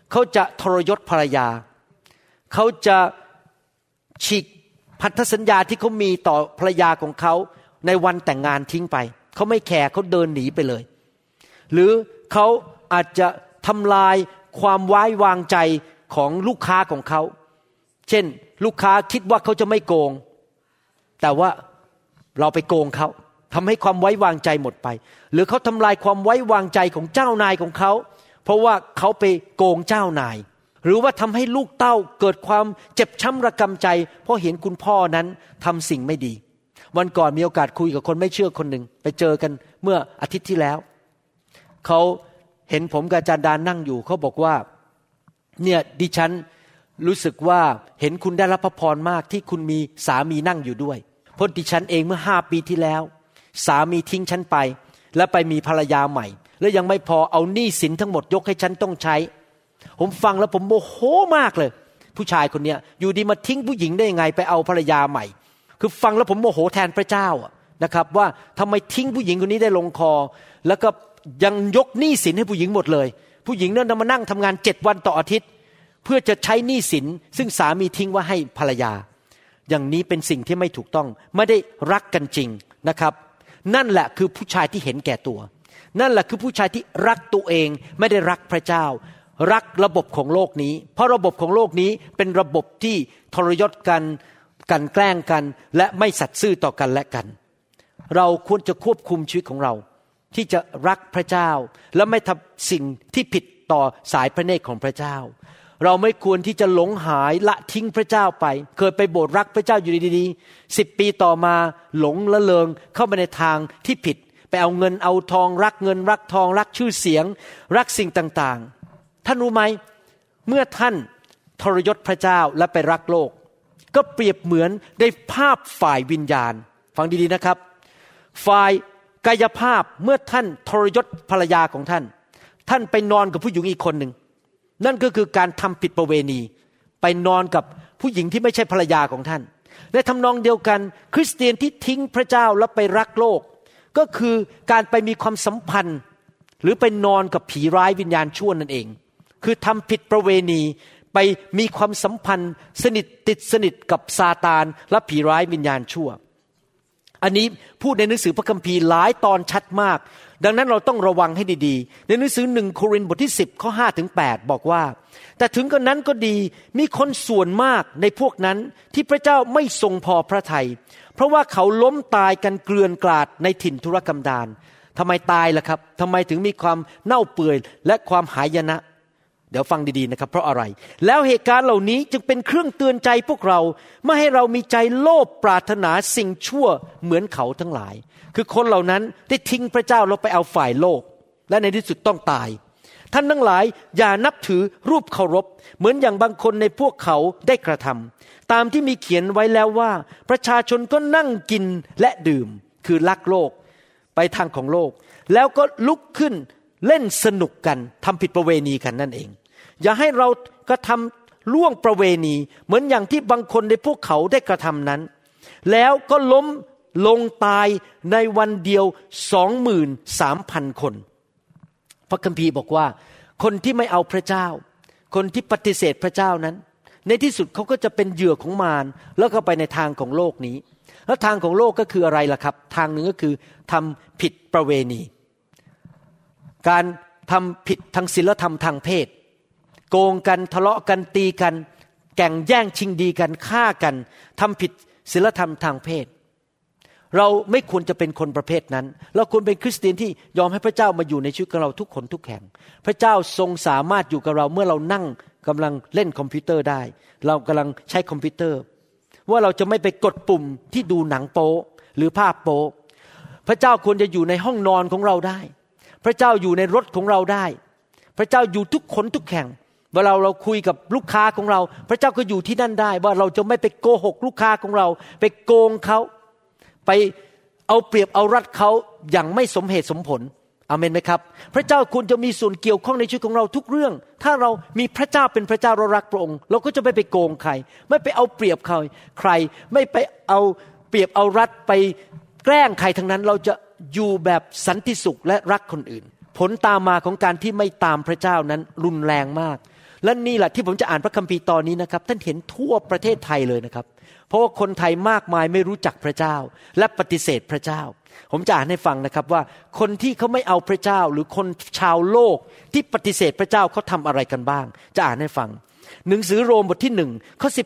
เขาจะทรยศภรรยาเขาจะฉีกพันธสัญญาที่เขามีต่อภรรยาของเขาในวันแต่งงานทิ้งไปเขาไม่แคร์เขาเดินหนีไปเลยหรือเขาอาจจะทำลายความไว้วางใจของลูกค้าของเขาเช่นลูกค้าคิดว่าเขาจะไม่โกงแต่ว่าเราไปโกงเขาทำให้ความไว้วางใจหมดไปหรือเขาทำลายความไว้วางใจของเจ้านายของเขาเพราะว่าเขาไปโกงเจ้านายหรือว่าทำให้ลูกเต้าเกิดความเจ็บช้ำระกำใจเพราะเห็นคุณพ่อนั้นทำสิ่งไม่ดีวันก่อนมีโอกาสคุยกับคนไม่เชื่อคนหนึ่งไปเจอกันเมื่ออาทิตย์ที่แล้วเขาเห็นผมกับอาจารย์ดานนั่งอยู่เขาบอกว่าเนี่ยดิฉันรู้สึกว่าเห็นคุณได้รับพระพรมากที่คุณมีสามีนั่งอยู่ด้วยเพราะดิฉันเองเมื่อ5 ปีที่แล้วสามีทิ้งฉันไปแล้วไปมีภรรยาใหม่แล้วยังไม่พอเอาหนี้สินทั้งหมดยกให้ฉันต้องใช้ผมฟังแล้วผมโมโหมากเลยผู้ชายคนนี้อยู่ดีมาทิ้งผู้หญิงได้ยังไงไปเอาภรรยาใหม่คือฟังแล้วผมโมโหแทนพระเจ้านะครับว่าทำไมทิ้งผู้หญิงคนนี้ได้ลงคอแล้วก็ยังยกหนี้สินให้ผู้หญิงหมดเลยผู้หญิงนั้นมานั่งทำงาน7 วันต่ออาทิตย์เพื่อจะใช้หนี้สินซึ่งสามีทิ้งไว้ให้ภรรยาอย่างนี้เป็นสิ่งที่ไม่ถูกต้องไม่ได้รักกันจริงนะครับนั่นแหละคือผู้ชายที่เห็นแก่ตัวนั่นแหละคือผู้ชายที่รักตัวเองไม่ได้รักพระเจ้ารักระบบของโลกนี้เพราะระบบของโลกนี้เป็นระบบที่ทรยศกันกลั่นแกล้งกันและไม่สัตย์ซื่อต่อกันและกันเราควรจะควบคุมชีวิตของเราที่จะรักพระเจ้าและไม่ทำสิ่งที่ผิดต่อสายพระเนตรของพระเจ้าเราไม่ควรที่จะหลงหายละทิ้งพระเจ้าไปเคยไปโบสถ์รักพระเจ้าอยู่ดีๆ10 ปีต่อมาหลงละเลงเข้าไปในทางที่ผิดไปเอาเงินเอาทองรักเงินรักทองรักชื่อเสียงรักสิ่งต่างๆท่านรู้ไหมเมื่อท่านทรยศพระเจ้าและไปรักโลกก็เปรียบเหมือนในภาพฝ่ายวิญญาณฟังดีๆนะครับฝ่ายกายภาพเมื่อท่านทรยศภรรยาของท่านไปนอนกับผู้หญิงอีกคนหนึ่งนั่นก็คือการทำผิดประเวณีไปนอนกับผู้หญิงที่ไม่ใช่ภรรยาของท่านในทำนองเดียวกันคริสเตียนที่ทิ้งพระเจ้าแล้วไปรักโลกก็คือการไปมีความสัมพันธ์หรือไปนอนกับผีร้ายวิญญาณชั่วนั่นเองคือทำผิดประเวณีไปมีความสัมพันธ์สนิทกับซาตานและผีร้ายวิญญาณชั่วอันนี้พูดในหนังสือพระคัมภีร์หลายตอนชัดมากดังนั้นเราต้องระวังให้ดีๆในหนังสือ1 โครินธ์บทที่10 ข้อ 5 ถึง 8บอกว่าแต่ถึงกระนั้นก็ดีมีคนส่วนมากในพวกนั้นที่พระเจ้าไม่ทรงพอพระทัยเพราะว่าเขาล้มตายกันเกลื่อนกลาดในถิ่นทุรกันดารทำไมตายล่ะครับทำไมถึงมีความเน่าเปื่อยและความหายนะเดี๋ยวฟังดีๆนะครับเพราะอะไรแล้วเหตุการณ์เหล่านี้จึงเป็นเครื่องเตือนใจพวกเราไม่ให้เรามีใจโลภปรารถนาสิ่งชั่วเหมือนเขาทั้งหลายคือคนเหล่านั้นได้ทิ้งพระเจ้าแล้วไปเอาฝ่ายโลกและในที่สุดต้องตายท่านทั้งหลายอย่านับถือรูปเคารพเหมือนอย่างบางคนในพวกเขาได้กระทำตามที่มีเขียนไว้แล้วว่าประชาชนก็นั่งกินและดื่มคือรักโลกไปทางของโลกแล้วก็ลุกขึ้นเล่นสนุกกันทำผิดประเวณีกันนั่นเองอย่าให้เรากระทำล่วงประเวณีเหมือนอย่างที่บางคนในพวกเขาได้กระทำนั้นแล้วก็ล้มลงตายในวันเดียว 23,000 คนพระคัมภีร์บอกว่าคนที่ไม่เอาพระเจ้าคนที่ปฏิเสธพระเจ้านั้นในที่สุดเขาก็จะเป็นเหยื่อของมารแล้วก็ไปในทางของโลกนี้แล้วทางของโลกก็คืออะไรล่ะครับทางหนึ่งก็คือทำผิดประเวณีการทำผิดทางศีลธรรมทางเพศโกงกันทะเลาะกันตีกันแข่งแย่งชิงดีกันฆ่ากันทำผิดศีลธรรมทางเพศเราไม่ควรจะเป็นคนประเภทนั้นเราควรเป็นคริสเตียนที่ยอมให้พระเจ้ามาอยู่ในชีวิตของเราทุกคนทุกแห่งพระเจ้าทรงสามารถอยู่กับเราเมื่อเรานั่งกำลังเล่นคอมพิวเตอร์ได้เรากำลังใช้คอมพิวเตอร์ว่าเราจะไม่ไปกดปุ่มที่ดูหนังโป๊หรือภาพโป๊พระเจ้าควรจะอยู่ในห้องนอนของเราได้พระเจ้าอยู่ในรถของเราได้พระเจ้าอยู่ทุกคนทุกแห่งเวลาเราคุยกับลูกค้าของเราพระเจ้าก็อยู่ที่นั่นได้ว่าเราจะไม่ไปโกหกลูกค้าของเราไปโกงเขาไปเอาเปรียบเอารัดเขาอย่างไม่สมเหตุสมผลอาเมนไหมครับพระเจ้าควรจะมีส่วนเกี่ยวข้องในชีวิตของเราทุกเรื่องถ้าเรามีพระเจ้าเป็นพระเจ้าเรารักพระองค์เราก็จะไม่ไปโกงใครไม่ไปเอาเปรียบใครไม่ไปเอาเปรียบเอารัดไปแกล้งใครทั้งนั้นเราจะอยู่แบบสันติสุขและรักคนอื่นผลตามมาของการที่ไม่ตามพระเจ้านั้นรุนแรงมากและนี่แหละที่ผมจะอ่านพระคัมภีร์ตอนนี้นะครับท่านเห็นทั่วประเทศไทยเลยนะครับเพราะว่าคนไทยมากมายไม่รู้จักพระเจ้าและปฏิเสธพระเจ้าผมจะอ่านให้ฟังนะครับว่าคนที่เขาไม่เอาพระเจ้าหรือคนชาวโลกที่ปฏิเสธพระเจ้าเขาทำอะไรกันบ้างจะอ่านให้ฟังหนังสือโรมบทที่1ข้อ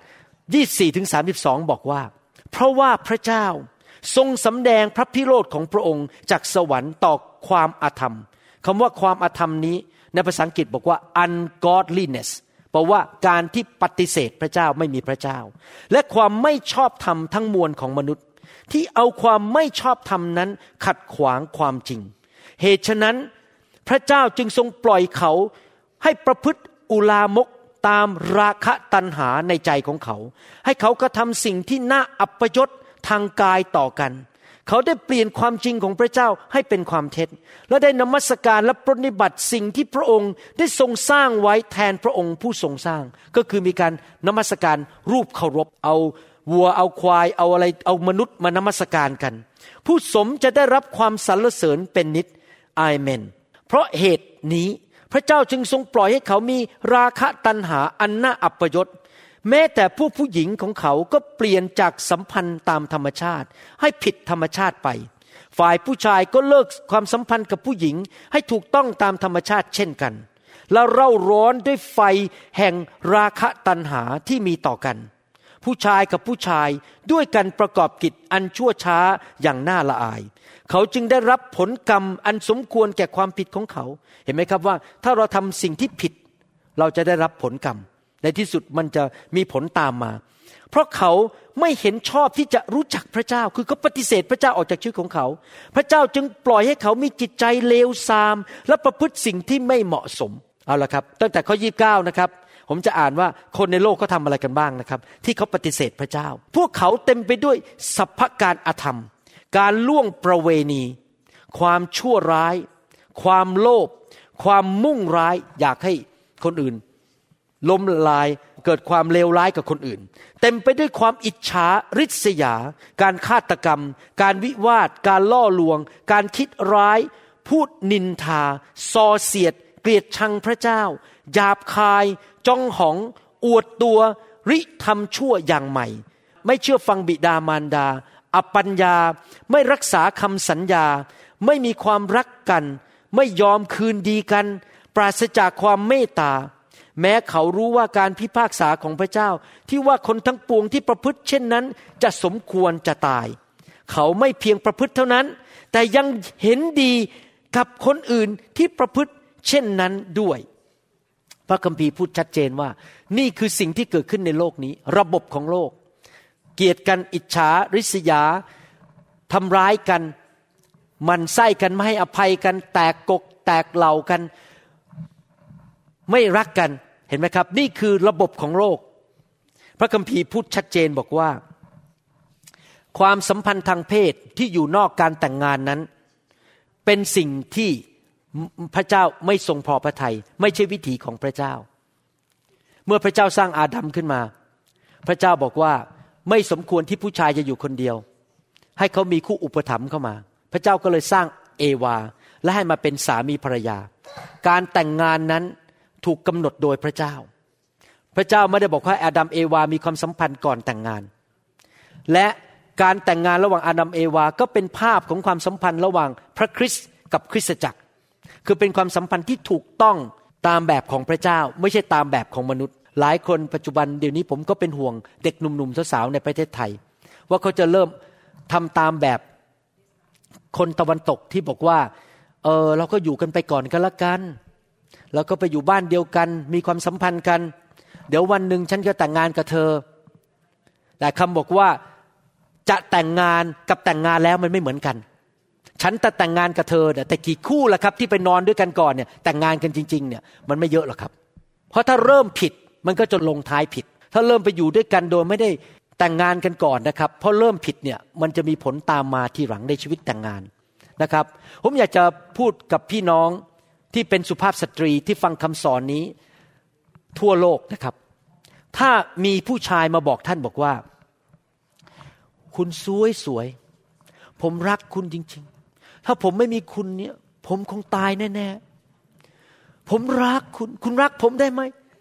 18 24ถึง32บอกว่าเพราะว่าพระเจ้าทรงสำแดงพระพิโรธของพระองค์จากสวรรค์ต่อความอาธรรมคำว่าความอาธรรมนี้ในภาษาอังกฤษบอกว่า ungodliness แปลว่าการที่ปฏิเสธพระเจ้าไม่มีพระเจ้าและความไม่ชอบธรรมทั้งมวลของมนุษย์ที่เอาความไม่ชอบธรรมนั้นขัดขวางความจริงเหตุฉะนั้นพระเจ้าจึงทรงปล่อยเขาให้ประพฤติอุลามกตามราคะตัณหาในใจของเขาให้เขากระทำสิ่งที่น่าอัปยศทางกายต่อกันเขาได้เปลี่ยนความจริงของพระเจ้าให้เป็นความเท็จและได้นมัสการและปฏิบัติสิ่งที่พระองค์ได้ทรงสร้างไว้แทนพระองค์ผู้ทรงสร้างก็คือมีการนมัสการรูปเคารพเอาวัวเอาควายเอาอะไรเอามนุษย์มานมัสการกันผู้สมจะได้รับความสรรเสริญเป็นนิจอาเมนเพราะเหตุนี้พระเจ้าจึงทรงปล่อยให้เขามีราคะตัณหาอันน่าอัปยศแม้แต่ผู้หญิงของเขาก็เปลี่ยนจากสัมพันธ์ตามธรรมชาติให้ผิดธรรมชาติไปฝ่ายผู้ชายก็เลิกความสัมพันธ์กับผู้หญิงให้ถูกต้องตามธรรมชาติเช่นกันและเร่าร้อนด้วยไฟแห่งราคะตัณหาที่มีต่อกันผู้ชายกับผู้ชายด้วยกันประกอบกิจอันชั่วช้าอย่างน่าละอายเขาจึงได้รับผลกรรมอันสมควรแก่ความผิดของเขาเห็นไหมครับว่าถ้าเราทำสิ่งที่ผิดเราจะได้รับผลกรรมในที่สุดมันจะมีผลตามมาเพราะเขาไม่เห็นชอบที่จะรู้จักพระเจ้าคือเขาปฏิเสธพระเจ้าออกจากชีวิตของเขาพระเจ้าจึงปล่อยให้เขามีจิตใจเลวทรามและประพฤติสิ่งที่ไม่เหมาะสมเอาละครับตั้งแต่ข้อ29นะครับผมจะอ่านว่าคนในโลกเขาทำอะไรกันบ้างนะครับที่เขาปฏิเสธพระเจ้าพวกเขาเต็มไปด้วยสัพพการอธรรมการล่วงประเวณีความชั่วร้ายความโลภความมุ่งร้ายอยากให้คนอื่นล้มละลายเกิดความเลวร้ายกับคนอื่นเต็มไปด้วยความอิจฉาริษยาการฆาตกรรมการวิวาทการล่อลวงการคิดร้ายพูดนินทาส่อเสียดเกลียดชังพระเจ้าหยาบคายจ้องหองอวดตัวริทำชั่วอย่างใหม่ไม่เชื่อฟังบิดามารดาอปัญญาไม่รักษาคำสัญญาไม่มีความรักกันไม่ยอมคืนดีกันปราศจากความเมตตาแม้เขารู้ว่าการพิพากษาของพระเจ้าที่ว่าคนทั้งปวงที่ประพฤติเช่นนั้นจะสมควรจะตายเขาไม่เพียงประพฤติเท่านั้นแต่ยังเห็นดีกับคนอื่นที่ประพฤติเช่นนั้นด้วยพระคัมภีร์พูดชัดเจนว่านี่คือสิ่งที่เกิดขึ้นในโลกนี้ระบบของโลกเกลียดกันอิจฉาริษยาทำร้ายกันหมั่นไส้กันไม่ให้อภัยกันแตกกกแตกเหล่ากันไม่รักกันเห็นไหมครับนี่คือระบบของโลกพระคัมภีร์พูดชัดเจนบอกว่าความสัมพันธ์ทางเพศที่อยู่นอกการแต่งงานนั้นเป็นสิ่งที่พระเจ้าไม่ทรงพอพระทัยไม่ใช่วิถีของพระเจ้าเมื่อพระเจ้าสร้างอาดัมขึ้นมาพระเจ้าบอกว่าไม่สมควรที่ผู้ชายจะอยู่คนเดียวให้เขามีคู่อุปถัมภ์เข้ามาพระเจ้าก็เลยสร้างเอวาและให้มาเป็นสามีภรรยาการแต่งงานนั้นถูกกำหนดโดยพระเจ้าพระเจ้าไม่ได้บอกว่าอาดัมเอวามีความสัมพันธ์ก่อนแต่งงานและการแต่งงานระหว่างอาดัมเอวาก็เป็นภาพของความสัมพันธ์ระหว่างพระคริสต์กับคริสตจักรคือเป็นความสัมพันธ์ที่ถูกต้องตามแบบของพระเจ้าไม่ใช่ตามแบบของมนุษย์หลายคนปัจจุบันเดี๋ยวนี้ผมก็เป็นห่วงเด็กหนุ่มๆสาวๆในประเทศไทยว่าเขาจะเริ่มทำตามแบบคนตะวันตกที่บอกว่าเราก็อยู่กันไปก่อนกันละกันแล้วก็ไปอยู่บ้านเดียวกันมีความสัมพันธ์กันเดี๋ยววันหนึ่งฉันจะแต่งงานกับเธอแต่คำบอกว่าจะแต่งงานกับแต่งงานแล้วมันไม่เหมือนกันฉันแต่งงานกับเธอแต่กี่คู่ล่ะครับที่ไปนอนด้วยกันก่อนเนี่ยแต่งงานกันจริงๆเนี่ยมันไม่เยอะหรอกครับเพราะถ้าเริ่มผิดมันก็จะลงท้ายผิดถ้าเริ่มไปอยู่ด้วยกันโดยไม่ได้แต่งงานกันก่อนนะครับเพราะเริ่มผิดเนี่ยมันจะมีผลตามมาทีหลังในชีวิตแต่งงานนะครับผมอยากจะพูดกับพี่น้องที่เป็นสุภาพสตรีที่ฟังคำสอนนี้ทั่วโลกนะครับถ้ามีผู้ชายมาบอกท่านบอกว่าคุณสวยๆผมรักคุณจริงๆถ้าผมไม่มีคุณเนี่ยผมคงตายแน่ๆผมรักคุณรักผมได้ไหม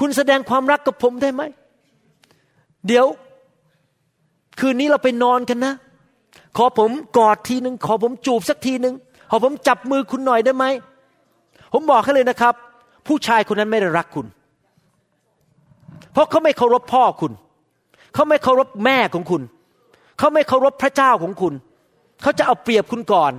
คุณแสดงความรักกับผมได้ไหมเดี๋ยวคืนนี้เราไปนอนกันนะขอผมกอดทีนึงขอผมจูบสักทีนึงขอผมจับมือคุณหน่อยได้ไหมผมบอกให้เลยนะครับผู้ชายคนนั้นไม่ได้รักคุณเพราะเขาไม่เคารพพ่อคุณเขาไม่เคารพแม่ของคุณเขาไม่เคารพพระเจ้าของคุณเขาจะเอาเปรียบคุณก่อน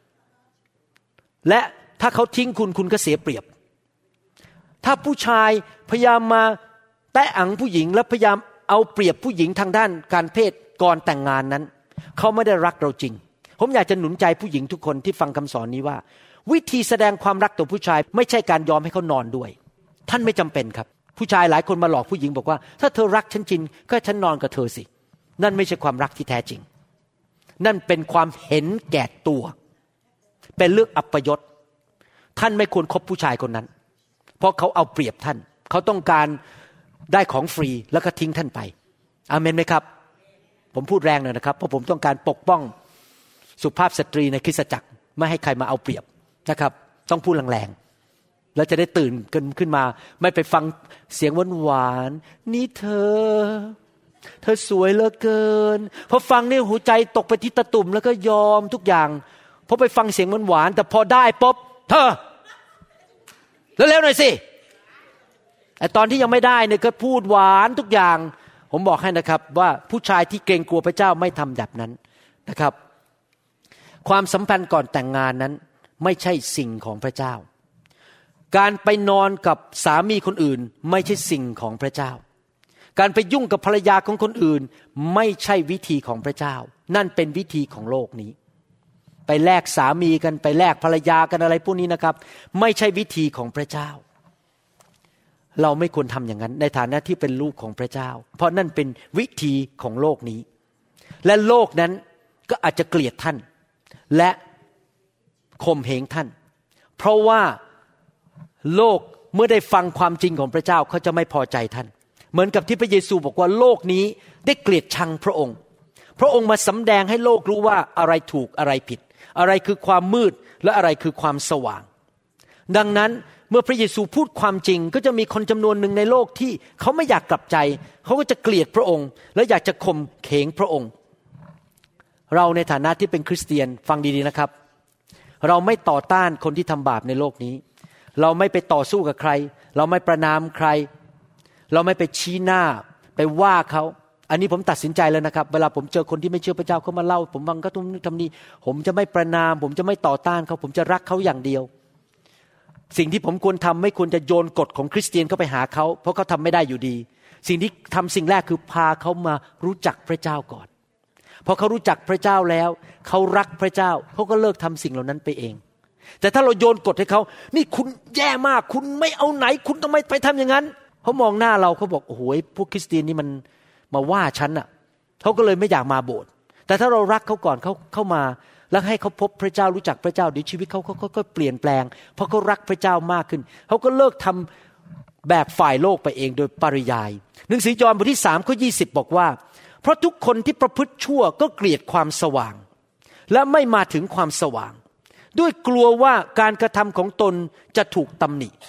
และถ้าเขาทิ้งคุณคุณก็เสียเปรียบถ้าผู้ชายพยายามมาแตะอังผู้หญิงและพยายามเอาเปรียบผู้หญิงทางด้านการเพศก่อนแต่งงานนั้นเขาไม่ได้รักเราจริงผมอยากจะหนุนใจผู้หญิงทุกคนที่ฟังคำสอนนี้ว่าวิธีแสดงความรักต่อผู้ชายไม่ใช่การยอมให้เขานอนด้วยท่านไม่จำเป็นครับผู้ชายหลายคนมาหลอกผู้หญิงบอกว่าถ้าเธอรักฉันจริงก็ฉันนอนกับเธอสินั่นไม่ใช่ความรักที่แท้จริงนั่นเป็นความเห็นแก่ตัวเป็นเรื่องอัปยศท่านไม่ควรคบผู้ชายคนนั้นเพราะเขาเอาเปรียบท่านเขาต้องการได้ของฟรีแล้วก็ทิ้งท่านไปอาเมนไหมครับผมพูดแรงหน่อยนะครับเพราะผมต้องการปกป้องสุภาพสตรีในคริสตจักรไม่ให้ใครมาเอาเปรียบนะครับต้องพูดแรงๆแล้วจะได้ตื่นกันขึ้นมาไม่ไปฟังเสียงหวานๆนี่เธอสวยเหลือเกินพอฟังนี่หัวใจตกไปที่ตะตุ่มแล้วก็ยอมทุกอย่างพอไปฟังเสียงหวานๆแต่พอได้ปุ๊บเธอเร็วๆหน่อยสิไอ้ตอนที่ยังไม่ได้เนี่ยก็พูดหวานทุกอย่างผมบอกให้นะครับว่าผู้ชายที่เกรงกลัวพระเจ้าไม่ทำแบบนั้นนะครับความสัมพันธ์ก่อนแต่งงานนั้นไม่ใช่สิ่งของพระเจ้าการไปนอนกับสามีคนอื่นไม่ใช่สิ่งของพระเจ้าการไปยุ่งกับภรรยาของคนอื่นไม่ใช่วิธีของพระเจ้านั่นเป็นวิธีของโลกนี้ไปแลกสามีกันไปแลกภรรยากันอะไรพวกนี้นะครับไม่ใช่วิธีของพระเจ้าเราไม่ควรทำอย่างนั้นในฐานะที่เป็นลูกของพระเจ้าเพราะนั่นเป็นวิธีของโลกนี้และโลกนั้นก็อาจจะเกลียดท่านและข่มเหงท่านเพราะว่าโลกเมื่อได้ฟังความจริงของพระเจ้าเขาจะไม่พอใจท่านเหมือนกับที่พระเยซูบอกว่าโลกนี้ได้เกลียดชังพระองค์พระองค์มาสำแดงให้โลกรู้ว่าอะไรถูกอะไรผิดอะไรคือความมืดและอะไรคือความสว่างดังนั้นเมื่อพระเยซูพูดความจริงก็จะมีคนจำนวนหนึ่งในโลกที่เขาไม่อยากกลับใจเขาก็จะเกลียดพระองค์และอยากจะข่มเขงพระองค์เราในฐานะที่เป็นคริสเตียนฟังดีๆนะครับเราไม่ต่อต้านคนที่ทำบาปในโลกนี้เราไม่ไปต่อสู้กับใครเราไม่ประณามใครเราไม่ไปชี้หน้าไปว่าเขาอันนี้ผมตัดสินใจแล้วนะครับเวลาผมเจอคนที่ไม่เชื่อพระเจ้าเขามาเล่าผมฟังก็ทำนี้ผมจะไม่ประณามผมจะไม่ต่อต้านเขาผมจะรักเขาอย่างเดียวสิ่งที่ผมควรทำไม่ควรจะโยนกฎของคริสเตียนเข้าไปหาเขาเพราะเขาทำไม่ได้อยู่ดีสิ่งที่ทำสิ่งแรกคือพาเขามารู้จักพระเจ้าก่อนพอเขารู้จักพระเจ้าแล้วเขารักพระเจ้าเขาก็เลิกทำสิ่งเหล่านั้นไปเองแต่ถ้าเราโยนกฎให้เขานี่คุณแย่มากคุณไม่เอาไหนคุณทำไมไปทำอย่างนั้นเขามองหน้าเราเขาบอกโอ้โหพวกคริสเตียนนี่มันมาว่าฉันอ่ะเขาก็เลยไม่อยากมาโบสถ์แต่ถ้าเรารักเขาก่อนเขาเข้ามาแล้วให้เขาพบพระเจ้ารู้จักพระเจ้าเดี๋ยวชีวิตเขาก็เปลี่ยนแปลงเพราะเขารักพระเจ้ามากขึ้นเขาก็เลิกทำแบบฝ่ายโลกไปเองโดยปริยายหนังสือยอห์นบทที่3ข้อ20บอกว่าเพราะทุกคนที่ประพฤติชั่วก็เกลียดความสว่างและไม่มาถึงความสว่างด้วยกลัวว่าการกระทำของตนจะถูกตำหนิ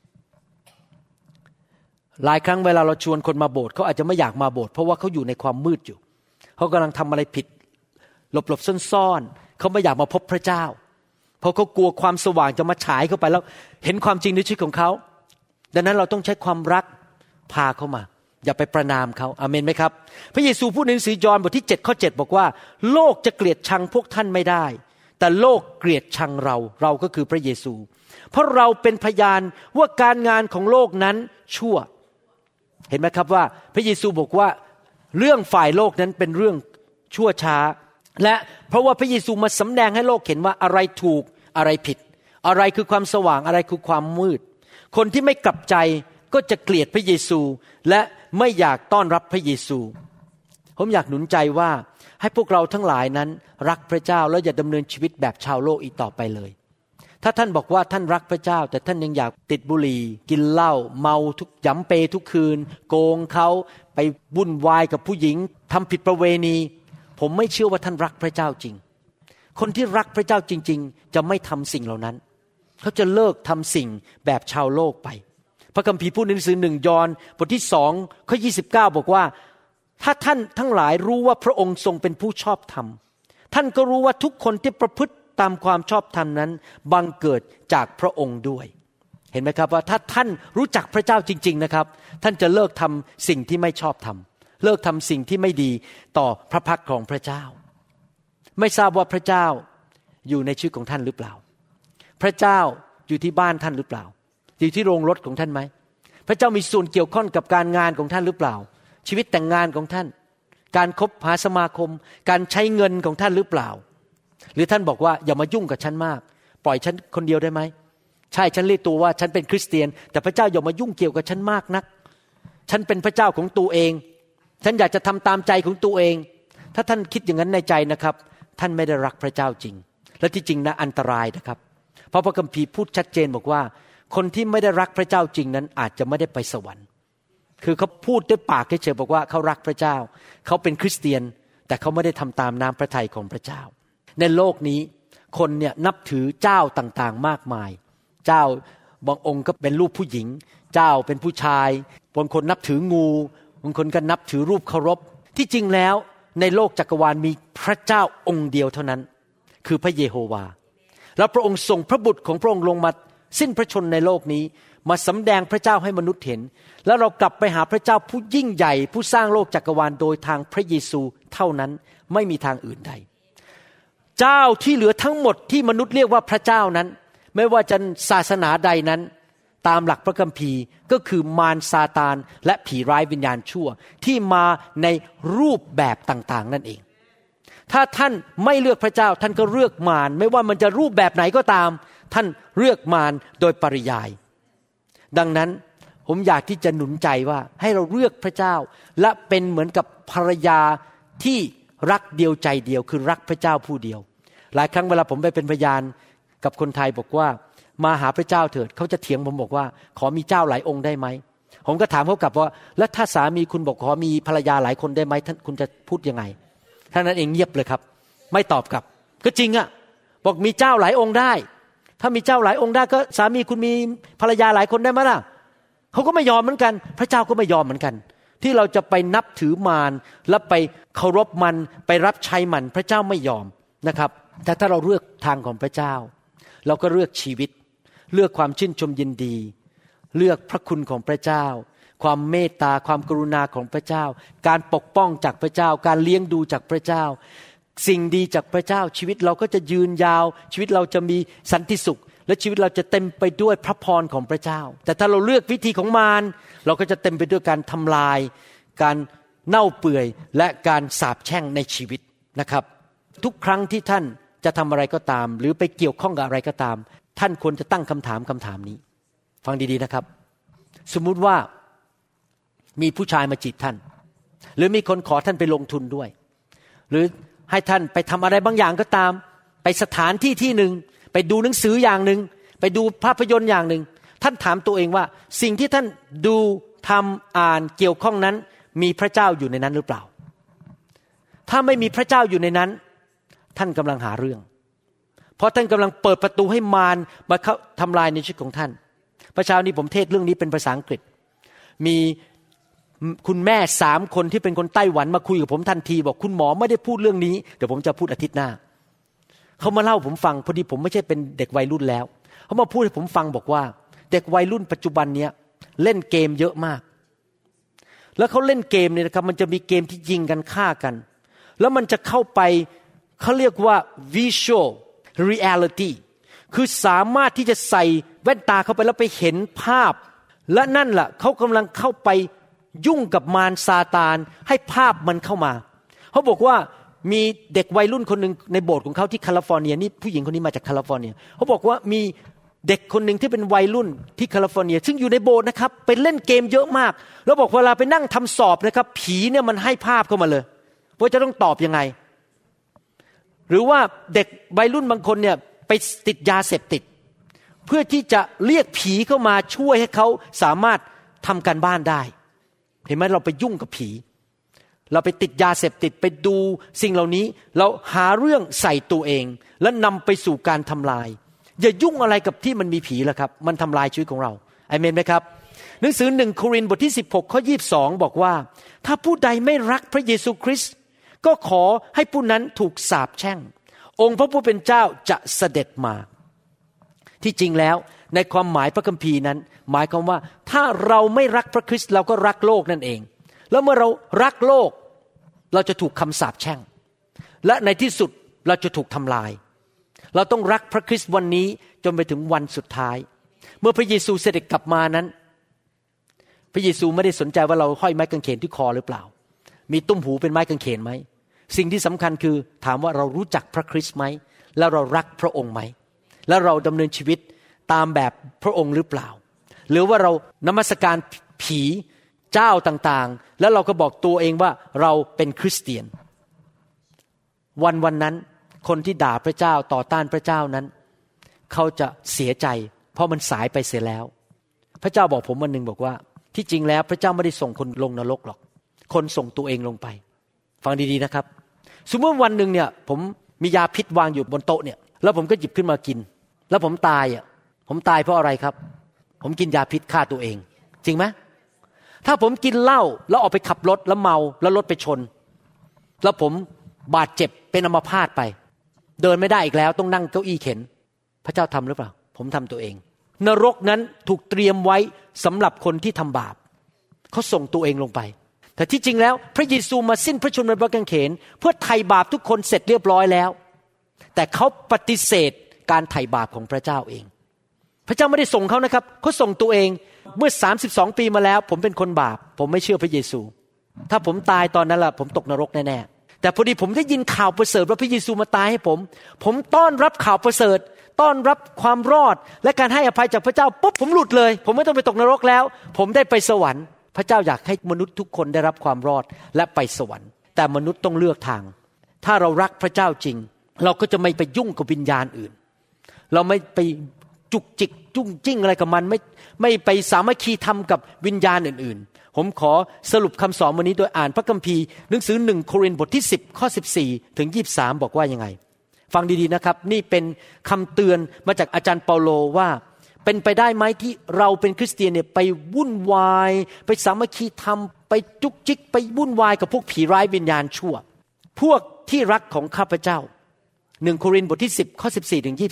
หลายครั้งเวลาเราชวนคนมาโบสถ์เขาอาจจะไม่อยากมาโบสถ์เพราะว่าเขาอยู่ในความมืดอยู่เขากำลังทำอะไรผิดหลบๆซ่อนๆเขาไม่อยากมาพบพระเจ้าเพราะเขากลัวความสว่างจะมาฉายเข้าไปแล้วเห็นความจริงในชีวิตของเขาดังนั้นเราต้องใช้ความรักพาเขามาอย่าไปประณามเขาอาเมนไหมครับพระเยซูพูดในหนังสือยอห์นบทที่7ข้อ7บอกว่าโลกจะเกลียดชังพวกท่านไม่ได้แต่โลกเกลียดชังเราก็คือพระเยซูเพราะเราเป็นพยานว่าการงานของโลกนั้นชั่วเห็นไหมครับว่าพระเยซูบอกว่าเรื่องฝ่ายโลกนั้นเป็นเรื่องชั่วช้าและเพราะว่าพระเยซูมาสำแดงให้โลกเห็นว่าอะไรถูกอะไรผิดอะไรคือความสว่างอะไรคือความมืดคนที่ไม่กลับใจก็จะเกลียดพระเยซูและไม่อยากต้อนรับพระเยซูผมอยากหนุนใจว่าให้พวกเราทั้งหลายนั้นรักพระเจ้าแล้วอย่าดำเนินชีวิตแบบชาวโลกอีกต่อไปเลยถ้าท่านบอกว่าท่านรักพระเจ้าแต่ท่านยังอยากติดบุหรี่กินเหล้าเมาทุกหยำเปทุกคืนโกงเขาไปวุ่นวายกับผู้หญิงทำผิดประเวณีผมไม่เชื่อว่าท่านรักพระเจ้าจริงคนที่รักพระเจ้าจริงๆจะไม่ทำสิ่งเหล่านั้นเขาจะเลิกทำสิ่งแบบชาวโลกไปพระคัมภีร์พูดในหนังสือ1 ยอห์นบทที่2ข้อ29บอกว่าถ้าท่านทั้งหลายรู้ว่าพระองค์ทรงเป็นผู้ชอบธรรมท่านก็รู้ว่าทุกคนที่ประพฤติตามความชอบธรรมนั้นบังเกิดจากพระองค์ด้วยเห็นไหมครับว่าถ้าท่านรู้จักพระเจ้าจริงๆนะครับท่านจะเลิกทำสิ่งที่ไม่ชอบทำเลิกทำสิ่งที่ไม่ดีต่อพระพักของพระเจ้าไม่ทราบว่าพระเจ้าอยู่ในชีวิตของท่านหรือเปล่าพระเจ้าอยู่ที่บ้านท่านหรือเปล่าอยู่ที่โรงรถของท่านไหมพระเจ้ามีส่วนเกี่ยวข้องกับการงานของท่านหรือเปล่าชีวิตแต่งงานของท่านการคบหาสมาคมการใช้เงินของท่านหรือเปล่าหรือท่านบอกว่าอย่ามายุ่งกับฉันมากปล่อยฉันคนเดียวได้ไหมใช่ฉันเรียกตัวว่าฉันเป็นคริสเตียนแต่พระเจ้าอย่ามายุ่งเกี่ยวกับฉันมากนักฉันเป็นพระเจ้าของตัวเองฉันอยากจะทำตามใจของตัวเองถ้าท่านคิดอย่างนั้นในใจนะครับท่านไม่ได้รักพระเจ้าจริงและที่จริงนะอันตรายนะครับเพราะพระคัมภีร์พูดชัดเจนบอกว่าคนที่ไม่ได้รักพระเจ้าจริงนั้นอาจจะไม่ได้ไปสวรรค์คือเขาพูดด้วยปากเฉยๆบอกว่าเขารักพระเจ้าเขาเป็นคริสเตียนแต่เขาไม่ได้ทำตามน้ำพระทัยของพระเจ้าในโลกนี้คนเนี่ยนับถือเจ้าต่างๆมากมายเจ้าบางองค์ก็เป็นรูปผู้หญิงเจ้าเป็นผู้ชายบางคนนับถืองูบางคนก็นับถือรูปเคารพที่จริงแล้วในโลกจักรวาลมีพระเจ้าองค์เดียวเท่านั้นคือพระเยโฮวาแล้วพระองค์ส่งพระบุตรของพระองค์ลงมาสิ้นพระชนในโลกนี้มาสำแดงพระเจ้าให้มนุษย์เห็นแล้วเรากลับไปหาพระเจ้าผู้ยิ่งใหญ่ผู้สร้างโลกจักรวาลโดยทางพระเยซูเท่านั้นไม่มีทางอื่นใดเจ้าที่เหลือทั้งหมดที่มนุษย์เรียกว่าพระเจ้านั้นไม่ว่าจะศาสนาใดนั้นตามหลักพระคัมภีร์ก็คือมารซาตานและผีร้ายวิญญาณชั่วที่มาในรูปแบบต่างๆนั่นเองถ้าท่านไม่เลือกพระเจ้าท่านก็เลือกมารไม่ว่ามันจะรูปแบบไหนก็ตามท่านเลือกมารโดยปริยายดังนั้นผมอยากที่จะหนุนใจว่าให้เราเลือกพระเจ้าและเป็นเหมือนกับภรรยาที่รักเดียวใจเดียวคือรักพระเจ้าผู้เดียวหลายครั้งเวลาผมไปเป็นพยานกับคนไทยบอกว่ามาหาพระเจ้าเถิดเขาจะเถียงผมบอกว่าขอมีเจ้าหลายองค์ได้ไหมผมก็ถามเขากลับว่าแล้วถ้าสามีคุณบอกขอมีภรรยาหลายคนได้ไหมท่านคุณจะพูดยังไงท่านนั้นเองเงียบเลยครับไม่ตอบกลับก็จริงอ่ะบอกมีเจ้าหลายองค์ได้ถ้ามีเจ้าหลายองค์ได้ก็สามีคุณมีภรรยาหลายคนได้ไหมล่ะเขาก็ไม่ยอมเหมือนกันพระเจ้าก็ไม่ยอมเหมือนกันที่เราจะไปนับถือมารและไปเคารพมันไปรับใช้มันพระเจ้าไม่ยอมนะครับแต่ถ้าเราเลือกทางของพระเจ้าเราก็เลือกชีวิตเลือกความชื่นชมยินดีเลือกพระคุณของพระเจ้าความเมตตาความกรุณาของพระเจ้าการปกป้องจากพระเจ้าการเลี้ยงดูจากพระเจ้าสิ่งดีจากพระเจ้าชีวิตเราก็จะยืนยาวชีวิตเราจะมีสันติสุขและชีวิตเราจะเต็มไปด้วยพระพรของพระเจ้าแต่ถ้าเราเลือกวิธีของมารเราก็จะเต็มไปด้วยการทำลายการเน่าเปื่อยและการสาปแช่งในชีวิตนะครับทุกครั้งที่ท่านจะทำอะไรก็ตามหรือไปเกี่ยวข้องกับอะไรก็ตามท่านควรจะตั้งคำถามนี้ฟังดีๆนะครับสมมุติว่ามีผู้ชายมาจีบท่านหรือมีคนขอท่านไปลงทุนด้วยหรือให้ท่านไปทำอะไรบางอย่างก็ตามไปสถานที่ที่หนึ่งไปดูหนังสืออย่างหนึ่งไปดูภาพยนตร์อย่างหนึ่งท่านถามตัวเองว่าสิ่งที่ท่านดูทำอ่านเกี่ยวข้องนั้นมีพระเจ้าอยู่ในนั้นหรือเปล่าถ้าไม่มีพระเจ้าอยู่ในนั้นท่านกำลังหาเรื่องเพราะท่านกำลังเปิดประตูให้มารมาเข้าทำลายในชีวิตของท่านเมื่อเช้านี้ผมเทศเรื่องนี้เป็นภาษาอังกฤษมีคุณแม่3คนที่เป็นคนไต้หวันมาคุยกับผมทันทีบอกคุณหมอไม่ได้พูดเรื่องนี้เดี๋ยวผมจะพูดอาทิตย์หน้าเขามาเล่าผมฟังพอดีผมไม่ใช่เป็นเด็กวัยรุ่นแล้วเขามาพูดให้ผมฟังบอกว่าเด็กวัยรุ่นปัจจุบันเนี้ยเล่นเกมเยอะมากแล้วเขาเล่นเกมเนี่ยนะครับมันจะมีเกมที่ยิงกันฆ่ากันแล้วมันจะเข้าไปเขาเรียกว่า visual reality คือสามารถที่จะใส่แว่นตาเข้าไปแล้วไปเห็นภาพและนั่นแหละเขากำลังเข้าไปยุ่งกับมารซาตานให้ภาพมันเข้ามาเขาบอกว่ามีเด็กวัยรุ่นคนนึงในโบสถ์ของเขาที่แคลิฟอร์เนียนี่ผู้หญิงคนนี้มาจากแคลิฟอร์เนียเขาบอกว่ามีเด็กคนนึงที่เป็นวัยรุ่นที่แคลิฟอร์เนียซึ่งอยู่ในโบสถ์นะครับไปเล่นเกมเยอะมากแล้วบอกเวลาไปนั่งทำสอบนะครับผีเนี่ยมันให้ภาพเข้ามาเลยว่าจะต้องตอบยังไงหรือว่าเด็กวัยรุ่นบางคนเนี่ยไปติดยาเสพติดเพื่อที่จะเรียกผีเข้ามาช่วยให้เขาสามารถทำการบ้านได้เห็นไหมเราไปยุ่งกับผีเราไปติดยาเสพติดไปดูสิ่งเหล่านี้เราหาเรื่องใส่ตัวเองและนำไปสู่การทำลายอย่ายุ่งอะไรกับที่มันมีผีละครับมันทำลายชีวิตของเราอาเมนไหมครับหนังสือ1 โครินธ์บทที่16ข้อ22บอกว่าถ้าผู้ใดไม่รักพระเยซูคริสต์ก็ขอให้ผู้นั้นถูกสาปแช่งองค์พระผู้เป็นเจ้าจะเสด็จมาที่จริงแล้วในความหมายพระคัมภีร์นั้นหมายความว่าถ้าเราไม่รักพระคริสต์เราก็รักโลกนั่นเองแล้วเมื่อเรารักโลกเราจะถูกคำสาปแช่งและในที่สุดเราจะถูกทำลายเราต้องรักพระคริสต์วันนี้จนไปถึงวันสุดท้ายเมื่อพระเยซูเสด็จกลับมานั้นพระเยซูไม่ได้สนใจว่าเราห้อยไม้กางเขนที่คอหรือเปล่ามีตุ้มหูเป็นไม้กางเขนไหมสิ่งที่สำคัญคือถามว่าเรารู้จักพระคริสต์ไหมแล้วเรารักพระองค์ไหมแล้วเราดำเนินชีวิตตามแบบพระองค์หรือเปล่าหรือว่าเรานมัสการผีเจ้าต่างๆแล้วเราก็บอกตัวเองว่าเราเป็นคริสเตียนวันนั้นคนที่ด่าพระเจ้าต่อต้านพระเจ้านั้นเขาจะเสียใจเพราะมันสายไปเสียแล้วพระเจ้าบอกผมวันนึงบอกว่าที่จริงแล้วพระเจ้าไม่ได้ส่งคนลงนรกหรอกคนส่งตัวเองลงไปฟังดีๆนะครับสมมติวันนึงเนี่ยผมมียาพิษวางอยู่บนโต๊ะเนี่ยแล้วผมก็หยิบขึ้นมากินแล้วผมตายผมตายเพราะอะไรครับผมกินยาพิษฆ่าตัวเองจริงไหมถ้าผมกินเหล้าแล้วออกไปขับรถแล้วเมาแล้วรถไปชนแล้วผมบาดเจ็บเป็นอัมพาตไปเดินไม่ได้อีกแล้วต้องนั่งเก้าอี้เข็นพระเจ้าทำหรือเปล่าผมทำตัวเองนรกนั้นถูกเตรียมไว้สำหรับคนที่ทำบาปเขาส่งตัวเองลงไปแต่ที่จริงแล้วพระเยซูมาสิ้นพระชนม์บนพระกางเขนเพื่อไถ่บาปทุกคนเสร็จเรียบร้อยแล้วแต่เขาปฏิเสธการไถ่บาปของพระเจ้าเองพระเจ้าไม่ได้ส่งเขานะครับเขาส่งตัวเองเมื่อ32ปีมาแล้วผมเป็นคนบาปผมไม่เชื่อพระเยซูถ้าผมตายตอนนั้นล่ะผมตกนรกแน่ๆแต่พอดีผมได้ยินข่าวประเสริฐว่าพระเยซูมาตายให้ผมต้อนรับข่าวประเสริฐต้อนรับความรอดและการให้อภัยจากพระเจ้าปุ๊บผมหลุดเลยผมไม่ต้องไปตกนรกแล้วผมได้ไปสวรรค์พระเจ้าอยากให้มนุษย์ทุกคนได้รับความรอดและไปสวรรค์แต่มนุษย์ต้องเลือกทางถ้าเรารักพระเจ้าจริงเราก็จะไม่ไปยุ่งกับวิญญาณอื่นเราไม่ไปจุกจิกจุ้งจิ้งอะไรกับมันไม่ไปสามัคคีธรรมกับวิญญาณอื่นๆผมขอสรุปคำสอนวันนี้โดยอ่านพระคัมภีร์หนังสือ1 โครินธ์บทที่10ข้อ14ถึง23บอกว่ายังไงฟังดีๆนะครับนี่เป็นคำเตือนมาจากอาจารย์เปาโลว่าเป็นไปได้ไหมที่เราเป็นคริสเตียนเนี่ยไปวุ่นวายไปสามัคคีธรรมไปจุกจิกไปวุ่นวายกับพวกผีร้ายวิญญาณชั่วพวกที่รักของข้าพเจ้า1 โครินธ์บทที่10ข้อ14ถึง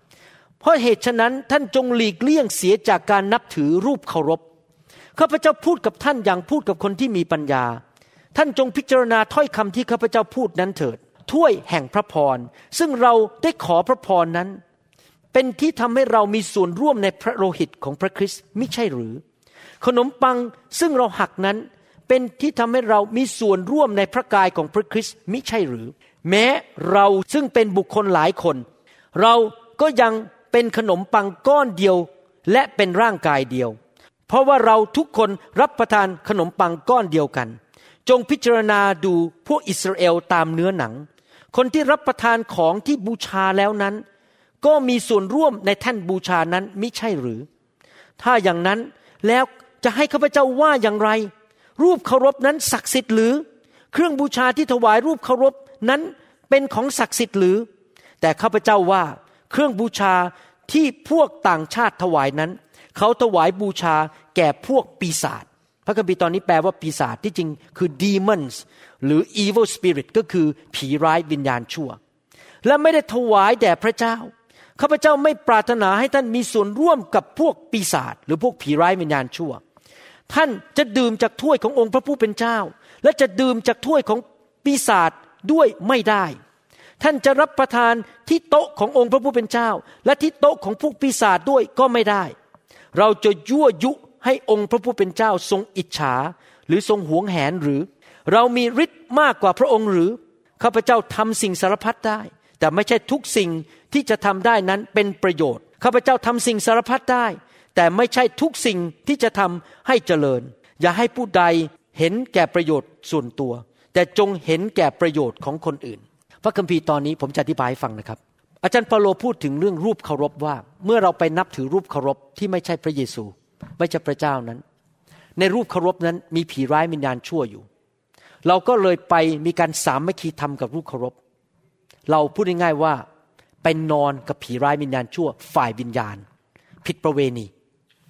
23เพราะเหตุฉะนั้นท่านจงหลีกเลี่ยงเสียจากการนับถือรูปเคารพข้าพเจ้าพูดกับท่านอย่างพูดกับคนที่มีปัญญาท่านจงพิจารณาถ้อยคำที่ข้าพเจ้าพูดนั้นเถิดถ้วยแห่งพระพรซึ่งเราได้ขอพระพรนั้นเป็นที่ทำให้เรามีส่วนร่วมในพระโลหิตของพระคริสต์มิใช่หรือขนมปังซึ่งเราหักนั้นเป็นที่ทำให้เรามีส่วนร่วมในพระกายของพระคริสต์มิใช่หรือแม้เราซึ่งเป็นบุคคลหลายคนเราก็ยังเป็นขนมปังก้อนเดียวและเป็นร่างกายเดียวเพราะว่าเราทุกคนรับประทานขนมปังก้อนเดียวกันจงพิจารณาดูพวกอิสราเอลตามเนื้อหนังคนที่รับประทานของที่บูชาแล้วนั้นก็มีส่วนร่วมในแท่นบูชานั้นมิใช่หรือถ้าอย่างนั้นแล้วจะให้ข้าพเจ้าว่าอย่างไรรูปเคารพนั้นศักดิ์สิทธิ์หรือเครื่องบูชาที่ถวายรูปเคารพนั้นเป็นของศักดิ์สิทธิ์หรือแต่ข้าพเจ้าว่าเครื่องบูชาที่พวกต่างชาติถวายนั้นเขาถวายบูชาแก่พวกปีศาจพระคัมภีร์ตอนนี้แปลว่าปีศาจที่จริงคือ demons หรือ evil spirit ก็คือผีร้ายวิญญาณชั่วและไม่ได้ถวายแด่พระเจ้าข้าพเจ้าไม่ปรารถนาให้ท่านมีส่วนร่วมกับพวกปีศาจหรือพวกผีร้ายวิญญาณชั่วท่านจะดื่มจากถ้วยขององค์พระผู้เป็นเจ้าและจะดื่มจากถ้วยของปีศาจด้วยไม่ได้ท่านจะรับประทานที่โต๊ะขององค์พระผู้เป็นเจ้าและที่โต๊ะของพวกปีศาจด้วยก็ไม่ได้เราจะยั่วยุให้องค์พระผู้เป็นเจ้าทรงอิจฉาหรือทรงหวงแหนหรือเรามีฤทธิ์มากกว่าพระองค์หรือข้าพเจ้าทำสิ่งสารพัดได้แต่ไม่ใช่ทุกสิ่งที่จะทำได้นั้นเป็นประโยชน์ข้าพเจ้าทำสิ่งสารพัดได้แต่ไม่ใช่ทุกสิ่งที่จะทำให้เจริญอย่าให้ผู้ใดเห็นแก่ประโยชน์ส่วนตัวแต่จงเห็นแก่ประโยชน์ของคนอื่นพระคัมภีร์ตอนนี้ผมจะอธิบายให้ฟังนะครับอาจารย์เปาโลพูดถึงเรื่องรูปเคารพว่าเมื่อเราไปนับถือรูปเคารพที่ไม่ใช่พระเยซูไม่ใช่พระเจ้านั้นในรูปเคารพนั้นมีผีร้ายวิญญาณชั่วอยู่เราก็เลยไปมีการสามัคคีธรรมกับรูปเคารพเราพูดง่ายๆว่าไปนอนกับผีร้ายวิญญาณชั่วฝ่ายวิญญาณผิดประเวณี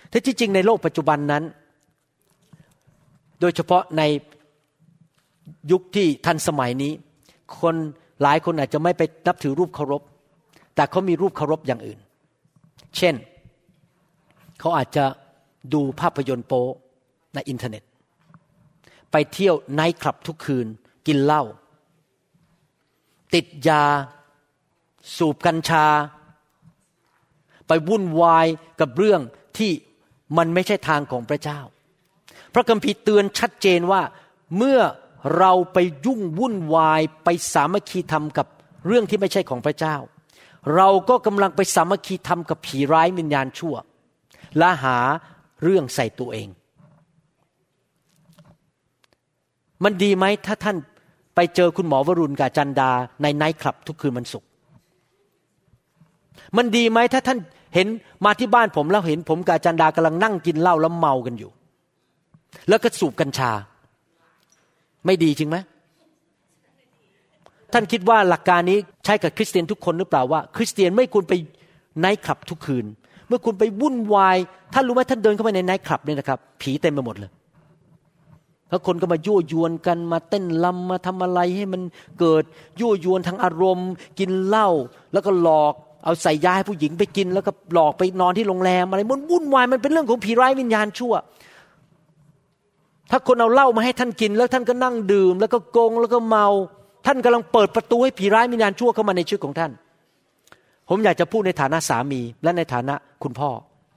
แต่ที่จริงในโลกปัจจุบันนั้นโดยเฉพาะในยุคที่ทันสมัยนี้คนหลายคนอาจจะไม่ไปนับถือรูปเคารพแต่เขามีรูปเคารพอย่างอื่นเช่นเขาอาจจะดูภาพยนตร์โป๊ในอินเทอร์เน็ตไปเที่ยวไนท์คลับทุกคืนกินเหล้าติดยาสูบกัญชาไปวุ่นวายกับเรื่องที่มันไม่ใช่ทางของพระเจ้าพระคัมภีร์เตือนชัดเจนว่าเมื่อเราไปยุ่งวุ่นวายไปสามัคคีธรรมกับเรื่องที่ไม่ใช่ของพระเจ้าเราก็กำลังไปสามัคคีธรรมกับผีร้ายวิญญาณชั่วและหาเรื่องใส่ตัวเองมันดีไหมถ้าท่านไปเจอคุณหมอวรุณกับจันดาในไนท์คลับทุกคืนวันศุกร์มันดีไหมถ้าท่านเห็นมาที่บ้านผมแล้วเห็นผมกับจันดากำลังนั่งกินเหล้าแล้วเมากันอยู่แล้วก็สูบกัญชาไม่ดีจริงไหมท่านคิดว่าหลักการนี้ใช้กับคริสเตียนทุกคนหรือเปล่าว่าคริสเตียนไม่ควรไปไนท์คลับทุกคืนเมื่อคุณไปวุ่นวายท่านรู้ไหมท่านเดินเข้าไปในไนท์คลับเนี่ยนะครับผีเต็มไปหมดเลยแล้วคนก็มายั่วยวนกันมาเต้นรำมาทำอะไรให้มันเกิดยั่วยวนทางอารมณ์กินเหล้าแล้วก็หลอกเอาใส่ยาให้ผู้หญิงไปกินแล้วก็หลอกไปนอนที่โรงแรมอะไรมันวุ่นวายมันเป็นเรื่องของผีร้ายวิญญาณชั่วถ้าคนเอาเหล้ามาให้ท่านกินแล้วท่านก็นั่งดื่มแล้วก็โกงแล้วก็เมาท่านกำลังเปิดประตูให้ผีร้ายวิญญาณชั่วเข้ามาในชีวิตของท่านผมอยากจะพูดในฐานะสามีและในฐานะคุณพ่อ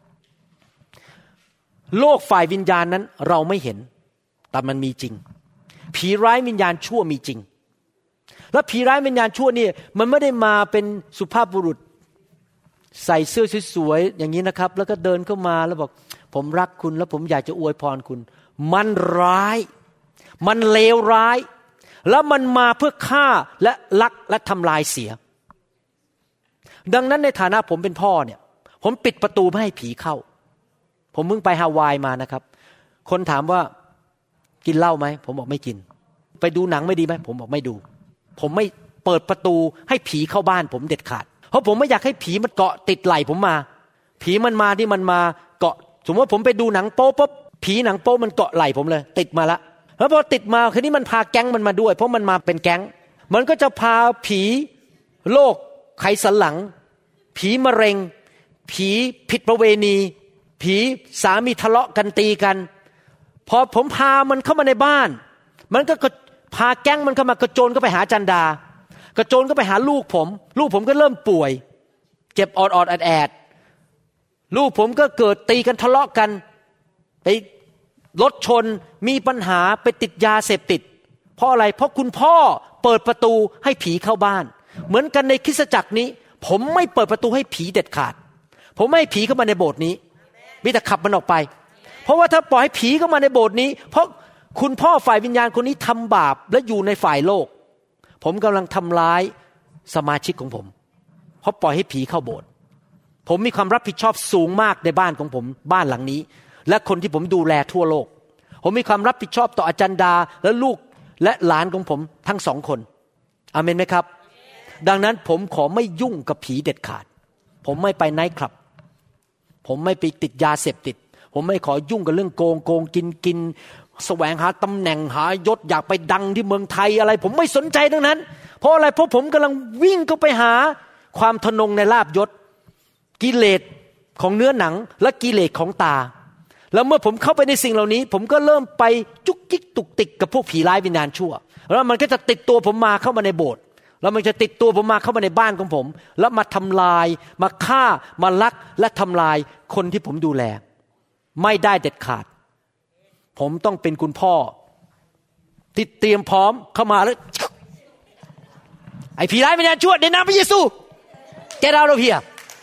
โลกฝ่ายวิญญาณนั้นเราไม่เห็นแต่มันมีจริงผีร้ายวิญญาณชั่วมีจริงแล้วผีร้ายวิญญาณชั่วนี่มันไม่ได้มาเป็นสุภาพบุรุษใส่เสื้อสวยๆอย่างนี้นะครับแล้วก็เดินเข้ามาแล้วบอกผมรักคุณแล้วผมอยากจะอวยพรคุณมันร้ายมันเลวร้ายแล้วมันมาเพื่อฆ่าและลักและทำลายเสียดังนั้นในฐานะผมเป็นพ่อเนี่ยผมปิดประตูไม่ให้ผีเข้าผมเพิ่งไปฮาวายมานะครับคนถามว่ากินเหล้าไหมผมบอกไม่กินไปดูหนังไม่ดีไหมผมบอกไม่ดูผมไม่เปิดประตูให้ผีเข้าบ้านผมเด็ดขาดเพราะผมไม่อยากให้ผีมันเกาะติดไหล่ผมมาผีมันมาที่มันมาเกาะสมมติว่าผมไปดูหนังโป๊ปุ๊บผีหนังโป๊มันเกาะไหล่ผมเลยติดมาละแล้วพอติดมาคืนนี้มันพาแก๊งมันมาด้วยเพราะมันมาเป็นแก๊งมันก็จะพาผีโรคไขสันหลังผีมะเร็งผีผิดประเวณีผีสามีทะเลาะกันตีกันพอผมพามันเข้ามาในบ้านมันก็พาแก๊งมันเข้ามากระโจนก็ไปหาจันดากระโจนก็ไปหาลูกผมก็เริ่มป่วยเจ็บออดๆแอดๆลูกผมก็เกิดตีกันทะเลาะกันไปรถชนมีปัญหาไปติดยาเสพติดเพราะอะไรเพราะคุณพ่อเปิดประตูให้ผีเข้าบ้านเหมือนกันในคริสตจักรนี้ผมไม่เปิดประตูให้ผีเด็ดขาดผมไม่ให้ผีเข้ามาในโบสถ์นี้มีแต่ขับมันออกไปเพราะว่าถ้าปล่อยให้ผีเข้ามาในโบสถ์นี้เพราะคุณพ่อฝ่ายวิญญาณคนนี้ทำบาปและอยู่ในฝ่ายโลกผมกำลังทำร้ายสมาชิกของผมเพราะปล่อยให้ผีเข้าโบสถ์ผมมีความรับผิดชอบสูงมากในบ้านของผมบ้านหลังนี้และคนที่ผมดูแลทั่วโลกผมมีความรับผิดชอบต่ออาจารย์ดาและลูกและหลานของผมทั้ง2 คนอาเมนไหมครับดังนั้นผมขอไม่ยุ่งกับผีเด็ดขาดผมไม่ไปไนท์คลับผมไม่ไปติดยาเสพติดผมไม่ขอยุ่งกับเรื่องโกงกินแสวงหาตำแหน่งหายศอยากไปดังที่เมืองไทยอะไรผมไม่สนใจทั้งนั้นเพราะอะไรเพราะผมกำลังวิ่งเข้าไปหาความทนงในลาภยศกิเลสของเนื้อหนังและกิเลสของตาแล้วเมื่อผมเข้าไปในสิ่งเหล่านี้ผมก็เริ่มไปจุกจิกตุกติกกับพวกผีร้ายวิญญาณชั่วแล้วมันก็จะติดตัวผมมาเข้ามาในโบสถ์แล้วมันจะติดตัวผมมาเข้ามาในบ้านของผมแล้วมาทำลายมาฆ่ามาลักและทำลายคนที่ผมดูแลไม่ได้เด็ดขาดผมต้องเป็นคุณพ่อที่เตรียมพร้อมเข้ามาแล้วไอ้ผีร้ายวิญญาณชั่วในนามพระเยซูแกเราเพีย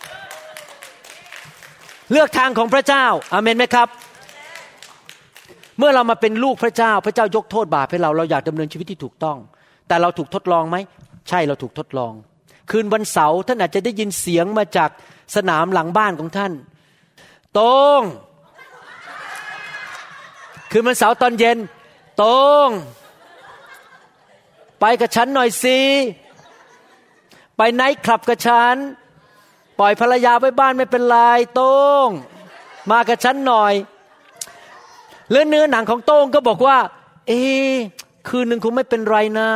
เลือกทางของพระเจ้าอาเมนไหมครับเมื่อเรามาเป็นลูกพระเจ้าพระเจ้ายกโทษบาปให้เราอยากดำเนินชีวิตที่ถูกต้องแต่เราถูกทดลองไหมใช่เราถูกทดลองคืนวันเสาร์ท่านอาจจะได้ยินเสียงมาจากสนามหลังบ้านของท่านตรงคืนวันเสาร์ตอนเย็นตรงไปกับฉันหน่อยสิไปไนท์คลับกับฉันปล่อยภรรยาไว้บ้านไม่เป็นไรตรงมากับฉันหน่อยแล้วเนื้อหนังของโต้งก็บอกว่าคืนหนึ่งคงไม่เป็นไรนะ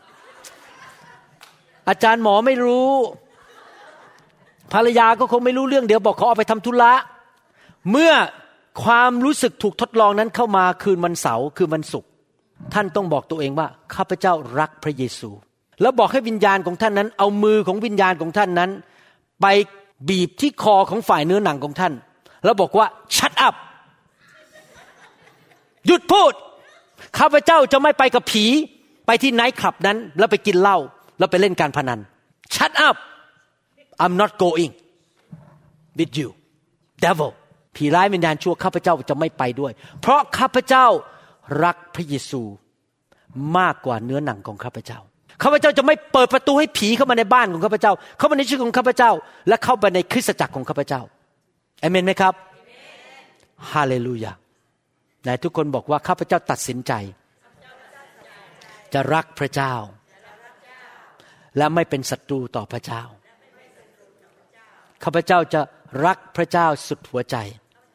อาจารย์หมอไม่รู้ภรรยาก็คงไม่รู้เรื่องเดี๋ยวบอกขอเอาไปทำธุระเมื่อความรู้สึกถูกทดลองนั้นเข้ามาคืนวันเสาร์คืนวันศุกร์ท่านต้องบอกตัวเองว่าข้าพเจ้ารักพระเยซูแล้วบอกให้วิญญาณของท่านนั้นเอามือของวิญญาณของท่านนั้นไปบีบที่คอของฝ่ายเนื้อหนังของท่านแล้วบอกว่า shut up หยุดพูดข้าพเจ้าจะไม่ไปกับผีไปที่ไนท์คลับนั้นแล้วไปกินเหล้าแล้วไปเล่นการพนัน shut up I'm not going with you devil ผีร้ายวิญญาณชั่วข้าพเจ้าจะไม่ไปด้วยเพราะข้าพเจ้ารักพระเยซูมากกว่าเนื้อหนังของข้าพเจ้าข้าพเจ้าจะไม่เปิดประตูให้ผีเข้ามาในบ้านของข้าพเจ้าเข้ามาในชีวิตของข้าพเจ้าและเข้าไปในคริสตจักรของข้าพเจ้าอาเมนไหมครับฮาเลลูยาไหนทุกคนบอกว่าข้าพเจ้าตัดสินใจจะรักพระเจ้าและไม่เป็นศัตรูต่อพระเจ้าข้าพเจ้าจะรักพระเจ้าสุดหัวใจ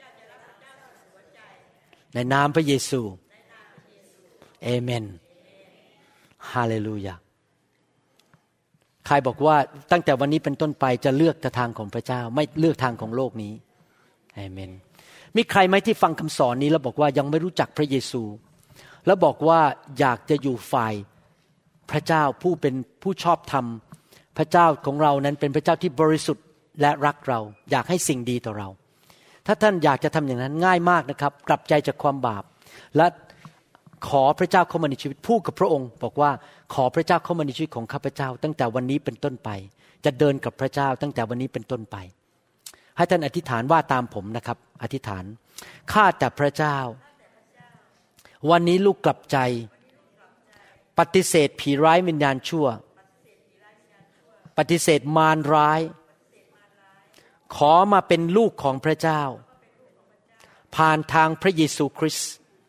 ในนามพระเยซูเอเมนฮาเลลูยาใครบอกว่าตั้งแต่วันนี้เป็นต้นไปจะเลือกทางของพระเจ้าไม่เลือกทางของโลกนี้เอเมนมีใครไหมที่ฟังคำสอนนี้แล้วบอกว่ายังไม่รู้จักพระเยซูแล้วบอกว่าอยากจะอยู่ฝ่ายพระเจ้าผู้เป็นผู้ชอบธรรมพระเจ้าของเรานั้นเป็นพระเจ้าที่บริสุทธิ์และรักเราอยากให้สิ่งดีต่อเราถ้าท่านอยากจะทำอย่างนั้นง่ายมากนะครับกลับใจจากความบาปและขอพระเจ้าเข้ามาในชีวิตพูดกับพระองค์บอกว่าขอพระเจ้าเข้ามาในชีวิตของข้าพเจ้าตั้งแต่วันนี้เป็นต้นไปจะเดินกับพระเจ้าตั้งแต่วันนี้เป็นต้นไปให้ท่านอธิษฐานว่าตามผมนะครับอธิษฐานข้าแต่พระเจ้าวันนี้ลูกกลับใจปฏิเสธผีร้ายวิญญาณชั่วปฏิเสธมารร้ายขอมาเป็นลูกของพระเจ้าผ่านทางพระเยซูคริสต์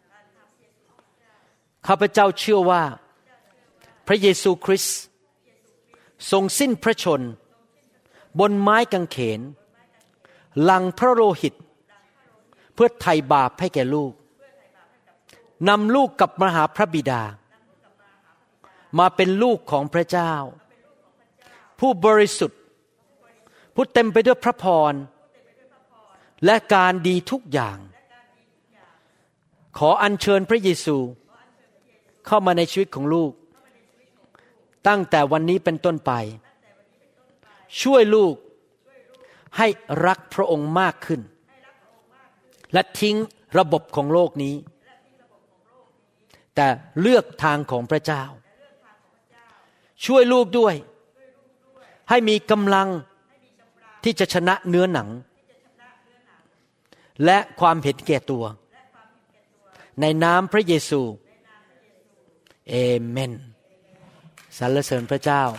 ข้าพเจ้าเชื่อว่าพระเยซูคริสต์ทรงสิ้นพระชนม์บนไม้กางเขนหลั่งพระโลหิตเพื่อไถ่บาปให้แก่ลูกนำลูกกลับมาหาพระบิดามาเป็นลูกของพระเจ้าผู้บริสุทธิ์ผู้เต็มไปด้วยพระพรและการดีทุกอย่างขออัญเชิญพระเยซูเข้ามาในชีวิตของลูกตั้งแต่วันนี้เป็นต้นไปช่วยลูกให้รักพระองค์มากขึ้นและทิ้งระบบของโลกนี้แต่เลือกทางของพระเจ้าช่วยลูกด้วยให้มีกำลังที่จะชนะเนื้อหนังและความเห็นแก่ตัวในนามพระเยซูเอเมนสรรเสริญพระเจ้า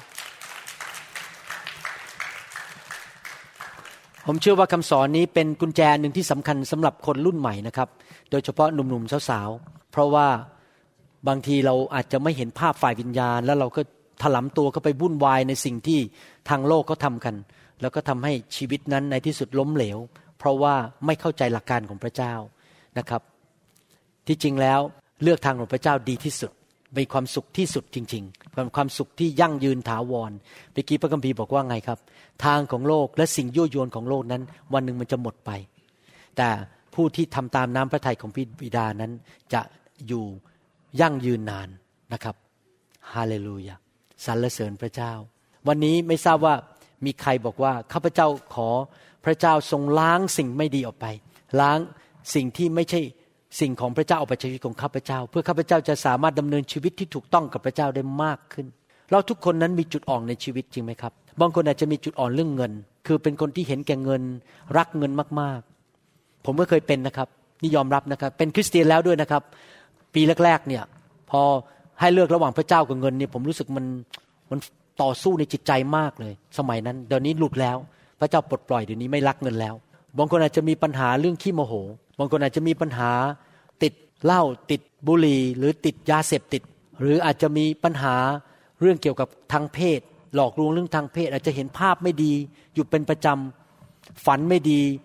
ผมเชื่อว่าคำสอนนี้เป็นกุญแจหนึ่งที่สำคัญสำหรับคนรุ่นใหม่นะครับโดยเฉพาะหนุ่มๆสาวๆเพราะว่าบางทีเราอาจจะไม่เห็นภาพฝ่ายวิญญาณแล้วเราก็ถลำตัวเข้าไปวุ่นวายในสิ่งที่ทางโลกเขาทำกันแล้วก็ทำให้ชีวิตนั้นในที่สุดล้มเหลวเพราะว่าไม่เข้าใจหลักการของพระเจ้านะครับที่จริงแล้วเลือกทางของพระเจ้าดีที่สุดมีความสุขที่สุดจริงๆเป็นความสุขที่ยั่งยืนถาวรเมื่อกี้พระคัมภีร์บอกว่าไงครับทางของโลกและสิ่งยั่วยวนของโลกนั้นวันหนึ่งมันจะหมดไปแต่ผู้ที่ทำตามน้ำพระทัยของพระบิดานั้นจะอยู่ยั่งยืนนานนะครับฮาเลลูยาสรรเสริญพระเจ้าวันนี้ไม่ทราบว่ามีใครบอกว่าข้าพเจ้าขอพระเจ้าทรงล้างสิ่งไม่ดีออกไปล้างสิ่งที่ไม่ใช่สิ่งของพระเจ้าออกไปจากชีวิตของข้าพเจ้าเพื่อข้าพเจ้าจะสามารถดำเนินชีวิตที่ถูกต้องกับพระเจ้าได้มากขึ้นเราทุกคนนั้นมีจุดอ่อนในชีวิตจริงไหมครับบางคนอาจจะมีจุดอ่อนเรื่องเงินคือเป็นคนที่เห็นแก่เงินรักเงินมากๆผมก็เคยเป็นนะครับนี่ยอมรับนะครับเป็นคริสเตียนแล้วด้วยนะครับปีแรกๆเนี่ยพอให้เลือกระหว่างพระเจ้ากับเงินเนี่ยผมรู้สึกมันต่อสู้ในจิตใจมากเลยสมัยนั้นเดี๋ยวนี้หลุดแล้วพระเจ้าปลดปล่อยเดี๋ยวนี้ไม่รักเงินแล้วบางคนอาจจะมีปัญหาเรื่องขี้โมโหบางคนอาจจะมีปัญหาติดเหล้าติดบุหรี่หรือติดยาเสพติดหรืออาจจะมีปัญหาเรื่องเกี่ยวกับทางเพศหลอกลวงเรื่องทางเพศอาจจะเห็นภาพไม่ดีอยู่เป็นประจำฝันไม่ดี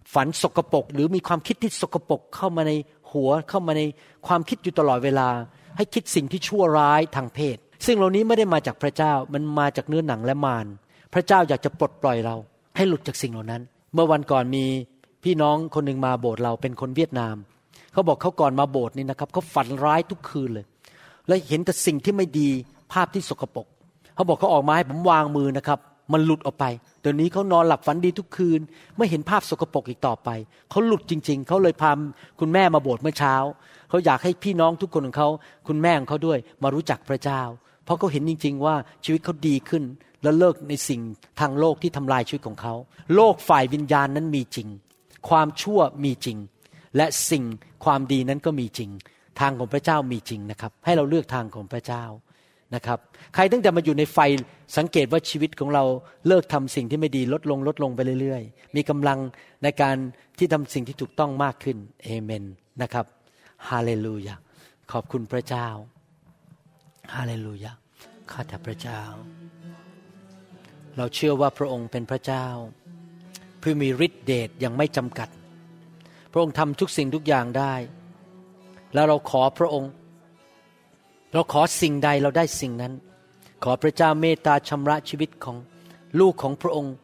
ฝันสกปรกหรือมีความคิดที่สกปรกเข้ามาในหัวเข้ามาในความคิดอยู่ตลอดเวลาให้คิดสิ่งที่ชั่วร้ายทางเพศซึ่งเหล่านี้ไม่ได้มาจากพระเจ้ามันมาจากเนื้อหนังและมารพระเจ้าอยากจะปลดปล่อยเราให้หลุดจากสิ่งเหล่านั้นเมื่อวันก่อนมีพี่น้องคนหนึ่งมาโบสถ์เราเป็นคนเวียดนามเขาบอกเขาก่อนมาโบสถ์นี่นะครับเขาฝันร้ายทุกคืนเลยและเห็นแต่สิ่งที่ไม่ดีภาพที่สกปรกเขาบอกเขาออกมาให้ผมวางมือนะครับมันหลุดออกไปเดี๋ยวนี้เขานอนหลับฝันดีทุกคืนไม่เห็นภาพสกปรกอีกต่อไปเขาหลุดจริงๆเขาเลยพาคุณแม่มาโบสถ์เมื่อเช้าเขาอยากให้พี่น้องทุกคนของเขาคุณแม่ของเขาด้วยมารู้จักพระเจ้าเพราะเขาเห็นจริงๆว่าชีวิตเขาดีขึ้นและเลิกในสิ่งทางโลกที่ทำลายชีวิตของเขาโลกฝ่ายวิญญาณนั้นมีจริงความชั่วมีจริงและสิ่งความดีนั้นก็มีจริงทางของพระเจ้ามีจริงนะครับให้เราเลือกทางของพระเจ้านะครับใครตั้งแต่มาอยู่ในไฟสังเกตว่าชีวิตของเราเลิกทำสิ่งที่ไม่ดีลดลงไปเรื่อยๆมีกำลังในการที่ทำสิ่งที่ถูกต้องมากขึ้นเอเมนนะครับฮาเลลูยาขอบคุณพระเจ้าฮาเลลูยาข้าแต่พระเจ้าเราเชื่อว่าพระองค์เป็นพระเจ้าผู้มีฤทธิ์เดชอย่างไม่จำกัดพระองค์ทำทุกสิ่งทุกอย่างได้แล้วเราขอพระองค์เราขอสิ่งใดเราได้สิ่งนั้นขอพระเจ้าเมตตาชำระชีวิตของลูกของพระองค์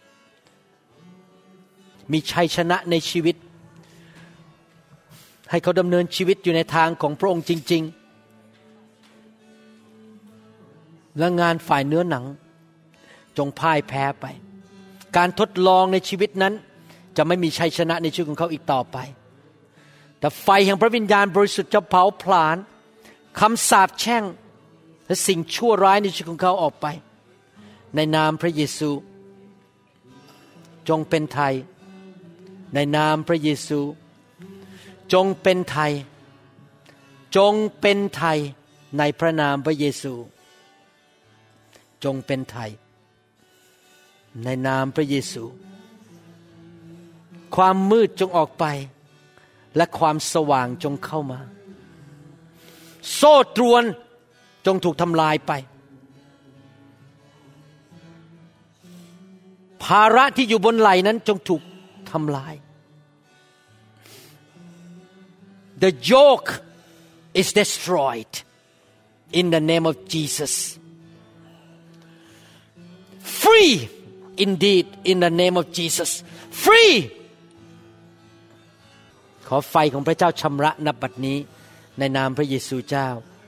มีชัยชนะในชีวิตให้เขาดำเนินชีวิตอยู่ในทางของพระองค์จริงๆและงานฝ่ายเนื้อหนังจงพ่ายแพ้ไปการทดลองในชีวิตนั้นจะไม่มีชัยชนะในชีวิตของเขาอีกต่อไปแต่ไฟแห่งพระวิญญาณบริสุทธิ์จะเผาผลาญคำสาปแช่งและสิ่งชั่วร้ายในชีวิตของเขาออกไปในนามพระเยซูจงเป็นไทยในนามพระเยซูจงเป็นไทยจงเป็นไทยในพระนามพระเยซูจงเป็นไทยในนามพระเยซูความมืดจงออกไปและความสว่างจงเข้ามาโซ่ตรวนจงถูกทำลายไปภาระที่อยู่บนไหล่นั้นจงถูกทำลาย The yoke is destroyed in the name of Jesus free indeed in the name of Jesus free ขอไฟของพระเจ้าชำระณบัดนี้ในนามพระเยซูเจ้า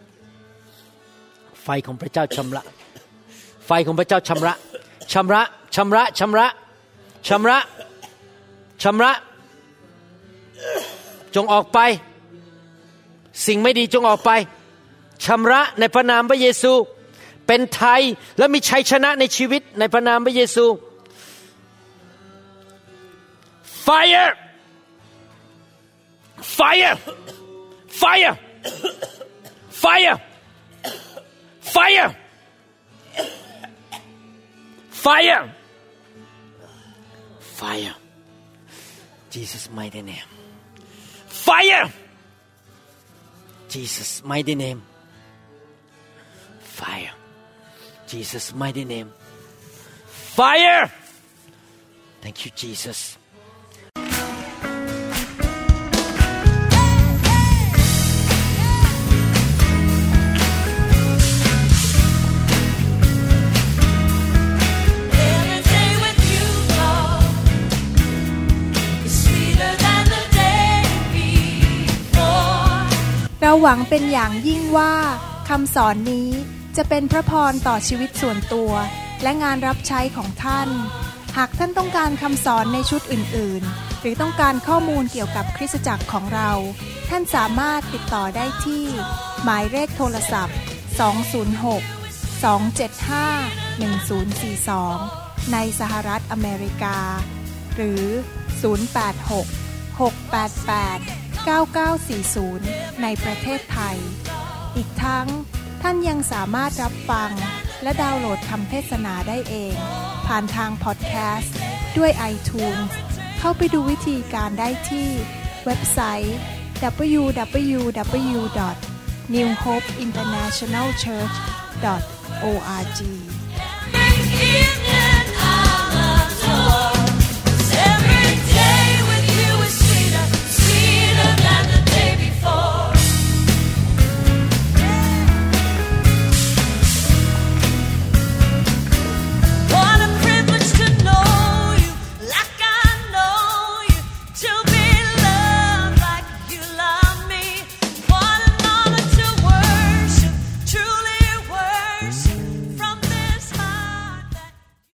ไฟของพระเจ้าชำระไฟของพระเจ้าชำระชำระชำระชำระชำระชำระจงออกไปสิ่งไม่ดีจงออกไปชำระในพระนามพระเยซูเป็นไทยและมีชัยชนะในชีวิตในพระนามพระเยซู Fire Fire Fire Fire Fire Fire Fire Jesus mighty name Fire Jesus mighty name Fire Jesus mighty name Fire Thank you Jesus เราหวังเป็นอย่างยิ่งว่าคำสอนนี้จะเป็นพระพรต่อชีวิตส่วนตัวและงานรับใช้ของท่านหากท่านต้องการคำสอนในชุดอื่นๆหรือต้องการข้อมูลเกี่ยวกับคริสตจักรของเราท่านสามารถติดต่อได้ที่หมายเลขโทรศัพท์206-275-1042ในสหรัฐอเมริกาหรือ086-688-9940ในประเทศไทยอีกทั้งท่านยังสามารถรับฟังและดาวน์โหลดคำเทศนาได้เองผ่านทางพอดแคสต์ด้วย iTunes เข้าไปดูวิธีการได้ที่เว็บไซต์ www.newhopeinternationalchurch.org